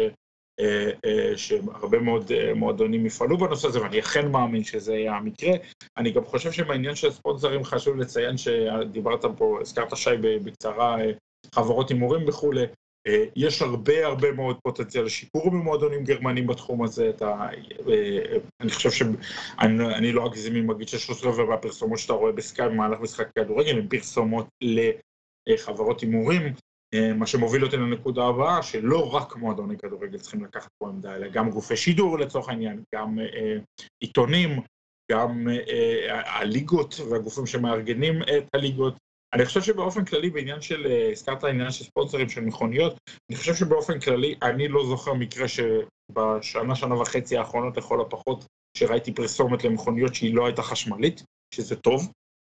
Speaker 3: שהרבה מאוד מועדונים יפעלו בנושא הזה, ואני אכן מאמין שזה יהיה המקרה. אני גם חושב שבעניין של ספונסרים חשוב לציין שדיברת פה, הזכרת שי בקצרה, חברות הימורים וכו', יש הרבה הרבה מאוד פוטנציאל לשיפור במועדונים גרמנים בתחום הזה. אתה, אני חושב שאני לא אגזים אם אגיד ששלוש רבע מהפרסומות שאתה רואה בסקאי במהלך משחק כדורגל הן פרסומות לחברות הימורים, מה שמוביל אותי לנקודה הבאה, שלא רק מועדוני כדורגל צריכים לקחת פה עמדה, אלא גם גופי שידור לצורך העניין, גם אה, עיתונים, גם אה, הליגות והגופים שמארגנים את הליגות. אני חושב שבאופן כללי בעניין של, הזכרת העניין של ספונסרים של מכוניות, אני חושב שבאופן כללי אני לא זוכר מקרה שבשנה, שנה וחצי האחרונות לכל הפחות, שראיתי פרסומת למכוניות שהיא לא הייתה חשמלית, שזה טוב.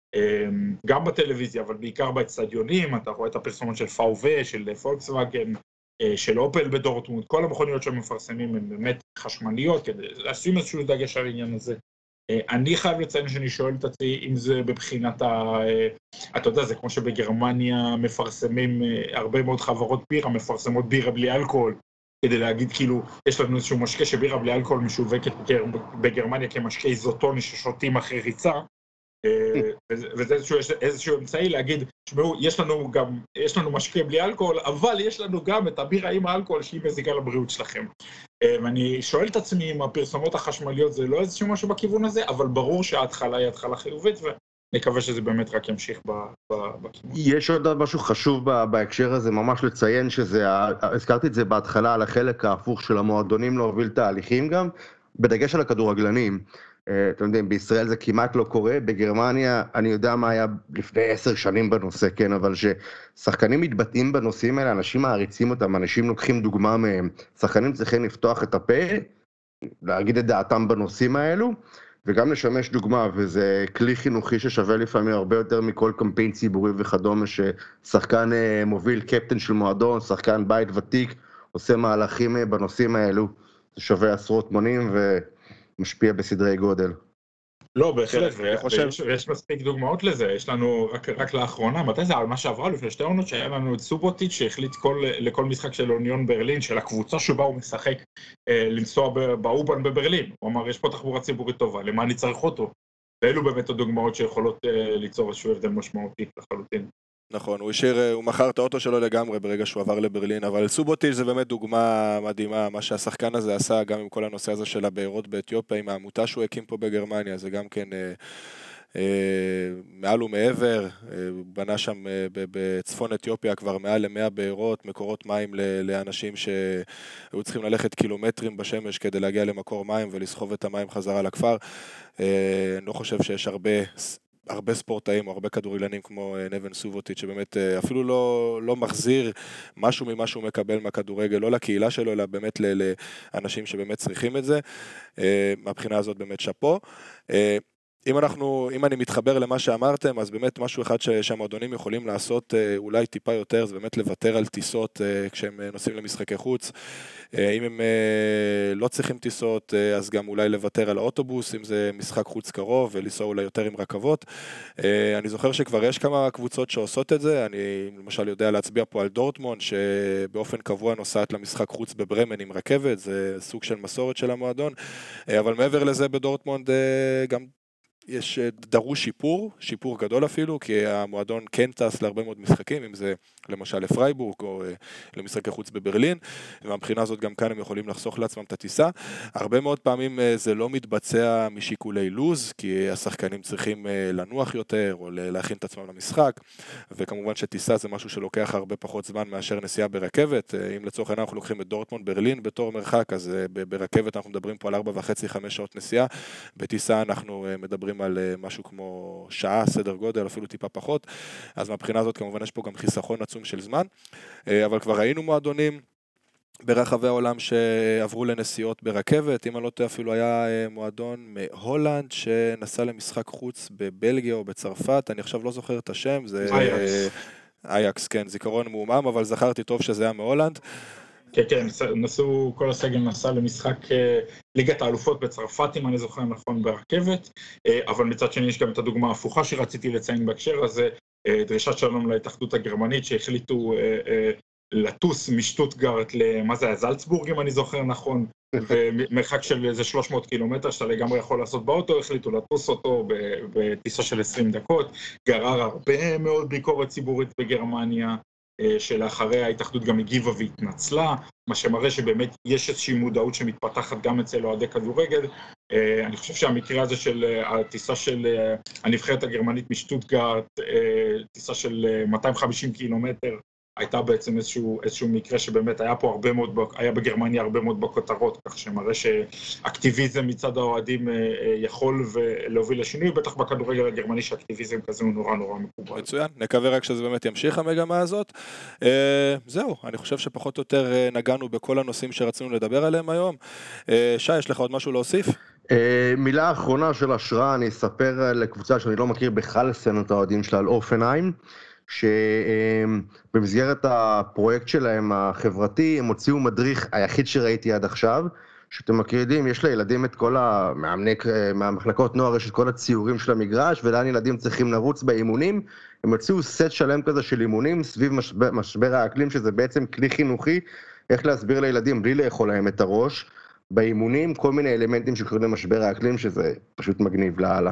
Speaker 3: גם בטלוויזיה, אבל בעיקר באצטדיונים, אתה רואה את הפרסומות של פאו ו, של פולקסווגן, של אופל בדורטמונד, כל המכוניות שמפרסמים הן באמת חשמליות, כדי לשים איזשהו דגש על העניין הזה. אני חייב לציין שאני שואל את עצמי אם זה בבחינת ה... אתה יודע, זה כמו שבגרמניה מפרסמים, הרבה מאוד חברות בירה מפרסמות בירה בלי אלכוהול, כדי להגיד כאילו, יש לנו איזשהו משקה שבירה בלי אלכוהול משווקת בגרמניה כמשקה איזוטוני ששותים אחרי ריצה, וזה איזשהו, איזשהו אמצעי להגיד, שמעו, יש לנו גם, יש לנו משקה בלי אלכוהול, אבל יש לנו גם את הבירה עם האלכוהול שהיא מזיקה לבריאות שלכם. ואני שואל את עצמי אם הפרסומות החשמליות זה לא איזשהו משהו בכיוון הזה, אבל ברור שההתחלה היא התחלה חיובית, ונקווה שזה באמת רק ימשיך בכיוון.
Speaker 2: יש עוד משהו חשוב בהקשר הזה, ממש לציין שזה, הזכרתי את זה בהתחלה על החלק ההפוך של המועדונים להוביל תהליכים גם, בדגש על הכדורגלנים. אתם יודעים, בישראל זה כמעט לא קורה, בגרמניה אני יודע מה היה לפני עשר שנים בנושא, כן, אבל ששחקנים מתבטאים בנושאים האלה, אנשים מעריצים אותם, אנשים לוקחים דוגמה מהם, שחקנים צריכים לפתוח את הפה, להגיד את דעתם בנושאים האלו, וגם לשמש דוגמה, וזה כלי חינוכי ששווה לפעמים הרבה יותר מכל קמפיין ציבורי וכדומה, ששחקן מוביל קפטן של מועדון, שחקן בית ותיק, עושה מהלכים בנושאים האלו, זה שווה עשרות מונים ו... משפיע בסדרי גודל.
Speaker 3: לא, בהחלט, ויש מספיק דוגמאות לזה, יש לנו רק לאחרונה, מתי זה? על מה שעברה לפני שתי עונות, שהיה לנו את סובוטיץ' שהחליט לכל משחק של אוניון ברלין, של הקבוצה שבה הוא משחק, לנסוע באובן בברלין. הוא אמר, יש פה תחבורה ציבורית טובה, למה אני צריך אותו? ואלו באמת הדוגמאות שיכולות ליצור איזשהו הבדל משמעותי לחלוטין.
Speaker 1: נכון, הוא השאיר, הוא מכר את האוטו שלו לגמרי ברגע שהוא עבר לברלין, אבל סובוטיץ' זה באמת דוגמה מדהימה, מה שהשחקן הזה עשה גם עם כל הנושא הזה של הבארות באתיופיה, עם העמותה שהוא הקים פה בגרמניה, זה גם כן אה, אה, מעל ומעבר, אה, הוא בנה שם אה, בצפון אתיופיה כבר מעל למאה בארות, מקורות מים לאנשים שהיו צריכים ללכת קילומטרים בשמש כדי להגיע למקור מים ולסחוב את המים חזרה לכפר. אה, אני לא חושב שיש הרבה... הרבה ספורטאים או הרבה כדורגלנים כמו נבן סובוטיץ' שבאמת אפילו לא, לא מחזיר משהו ממה שהוא מקבל מהכדורגל, לא לקהילה שלו, אלא באמת לאנשים שבאמת צריכים את זה. מהבחינה הזאת באמת שפו. אם אנחנו, אם אני מתחבר למה שאמרתם, אז באמת משהו אחד שהמועדונים יכולים לעשות אולי טיפה יותר, זה באמת לוותר על טיסות כשהם נוסעים למשחקי חוץ. אם הם לא צריכים טיסות, אז גם אולי לוותר על האוטובוס, אם זה משחק חוץ קרוב, ולנסוע אולי יותר עם רכבות. אני זוכר שכבר יש כמה קבוצות שעושות את זה, אני למשל יודע להצביע פה על דורטמונד, שבאופן קבוע נוסעת למשחק חוץ בברמן עם רכבת, זה סוג של מסורת של המועדון, אבל מעבר לזה בדורטמונד גם יש דרוש שיפור, שיפור גדול אפילו, כי המועדון כן טס להרבה מאוד משחקים, אם זה למשל לפרייבורג או למשחקי חוץ בברלין, ומבחינה הזאת גם כאן הם יכולים לחסוך לעצמם את הטיסה. הרבה מאוד פעמים זה לא מתבצע משיקולי לוז, כי השחקנים צריכים לנוח יותר או להכין את עצמם למשחק, וכמובן שטיסה זה משהו שלוקח הרבה פחות זמן מאשר נסיעה ברכבת. אם לצורך העניין אנחנו לוקחים את דורטמונד ברלין בתור מרחק, אז ברכבת אנחנו מדברים פה על ארבע וחצי חמש שעות נסיעה, בטיסה אנחנו מדברים על משהו כמו שעה, סדר גודל, אפילו טיפה פחות, אז מהבחינה הזאת כמובן יש פה גם חיסכון עצום של זמן, אבל כבר ראינו מועדונים ברחבי העולם שעברו לנסיעות ברכבת, אם אני לא טועה אפילו היה מועדון מהולנד שנסע למשחק חוץ בבלגיה או בצרפת, אני עכשיו לא זוכר את השם, זה
Speaker 3: אייקס.
Speaker 1: אייקס, כן, זיכרון מעומם, אבל זכרתי טוב שזה היה מהולנד.
Speaker 3: כן, כן, נסעו, כל הסגל נסע למשחק ליגת האלופות בצרפת, אם אני זוכר נכון, ברכבת, אבל מצד שני יש גם את הדוגמה ההפוכה שרציתי לציין בהקשר הזה, דרישת שלום להתאחדות הגרמנית שהחליטו לטוס משטוטגרט למה זה היה, זלצבורג אם אני זוכר נכון, ומרחק של איזה שלוש מאות קילומטר שאתה לגמרי יכול לעשות באוטו, החליטו לטוס אותו בטיסה של עשרים דקות, גרר הרבה מאוד ביקורת ציבורית בגרמניה, שלאחריה ההתאחדות גם הגיבה והתנצלה, מה שמראה שבאמת יש איזושהי מודעות שמתפתחת גם אצל אוהדי כדורגל. אני חושב שהמקרה הזה של הטיסה של הנבחרת הגרמנית משטוטגרט, טיסה של מאתיים וחמישים קילומטר, הייתה בעצם איזשהו, איזשהו מקרה שבאמת היה פה הרבה מאוד, היה בגרמניה הרבה מאוד בכותרות, כך שמראה שאקטיביזם מצד האוהדים יכול להוביל לשינוי, בטח בכדורגל הגרמני שאקטיביזם כזה הוא נורא נורא מקובל.
Speaker 1: מצוין, נקווה רק שזה באמת ימשיך המגמה הזאת. זהו, אני חושב שפחות או יותר נגענו בכל הנושאים שרצינו לדבר עליהם היום. שי, יש לך עוד משהו להוסיף?
Speaker 2: מילה אחרונה של השראה, אני אספר לקבוצה שאני לא מכיר בכלל סצנת האוהדים שלה על אופנהיים, שבמסגרת הפרויקט שלהם החברתי, הם הוציאו מדריך היחיד שראיתי עד עכשיו, שאתם מכירים, יש לילדים את כל המאמני, מהמחלקות נוער, יש את כל הציורים של המגרש, ולאן ילדים צריכים לרוץ באימונים, הם הוציאו סט שלם כזה של אימונים, סביב משבר, משבר האקלים, שזה בעצם כלי חינוכי, איך להסביר לילדים בלי לאכול להם את הראש, באימונים, כל מיני אלמנטים שקוראים למשבר האקלים, שזה פשוט מגניב להלאה.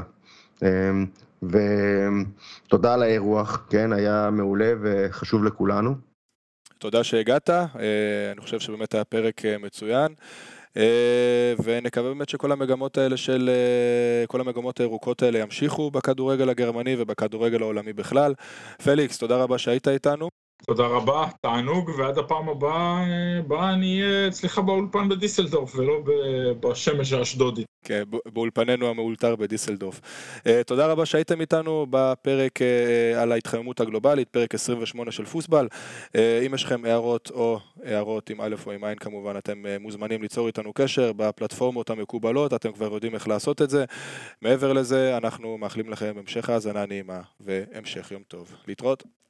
Speaker 2: ותודה על האירוח, כן, היה מעולה וחשוב לכולנו.
Speaker 1: תודה שהגעת, אני חושב שבאמת היה פרק מצוין, ונקווה באמת שכל המגמות האלה של, כל המגמות הירוקות האלה ימשיכו בכדורגל הגרמני ובכדורגל העולמי בכלל. פליקס, תודה רבה שהיית איתנו.
Speaker 3: תודה רבה, תענוג, ועד הפעם הבאה, הבאה אני אהיה אצלך באולפן בדיסלדורף, ולא בשמש האשדודית.
Speaker 1: כן, באולפננו המאולתר בדיסלדורף. תודה רבה שהייתם איתנו בפרק על ההתחממות הגלובלית, פרק עשרים ושמונה של פוסבל. אם יש לכם הערות או הערות עם א' או עם עין כמובן, אתם מוזמנים ליצור איתנו קשר בפלטפורמות המקובלות, אתם כבר יודעים איך לעשות את זה. מעבר לזה, אנחנו מאחלים לכם המשך האזנה נעימה והמשך יום טוב. להתראות.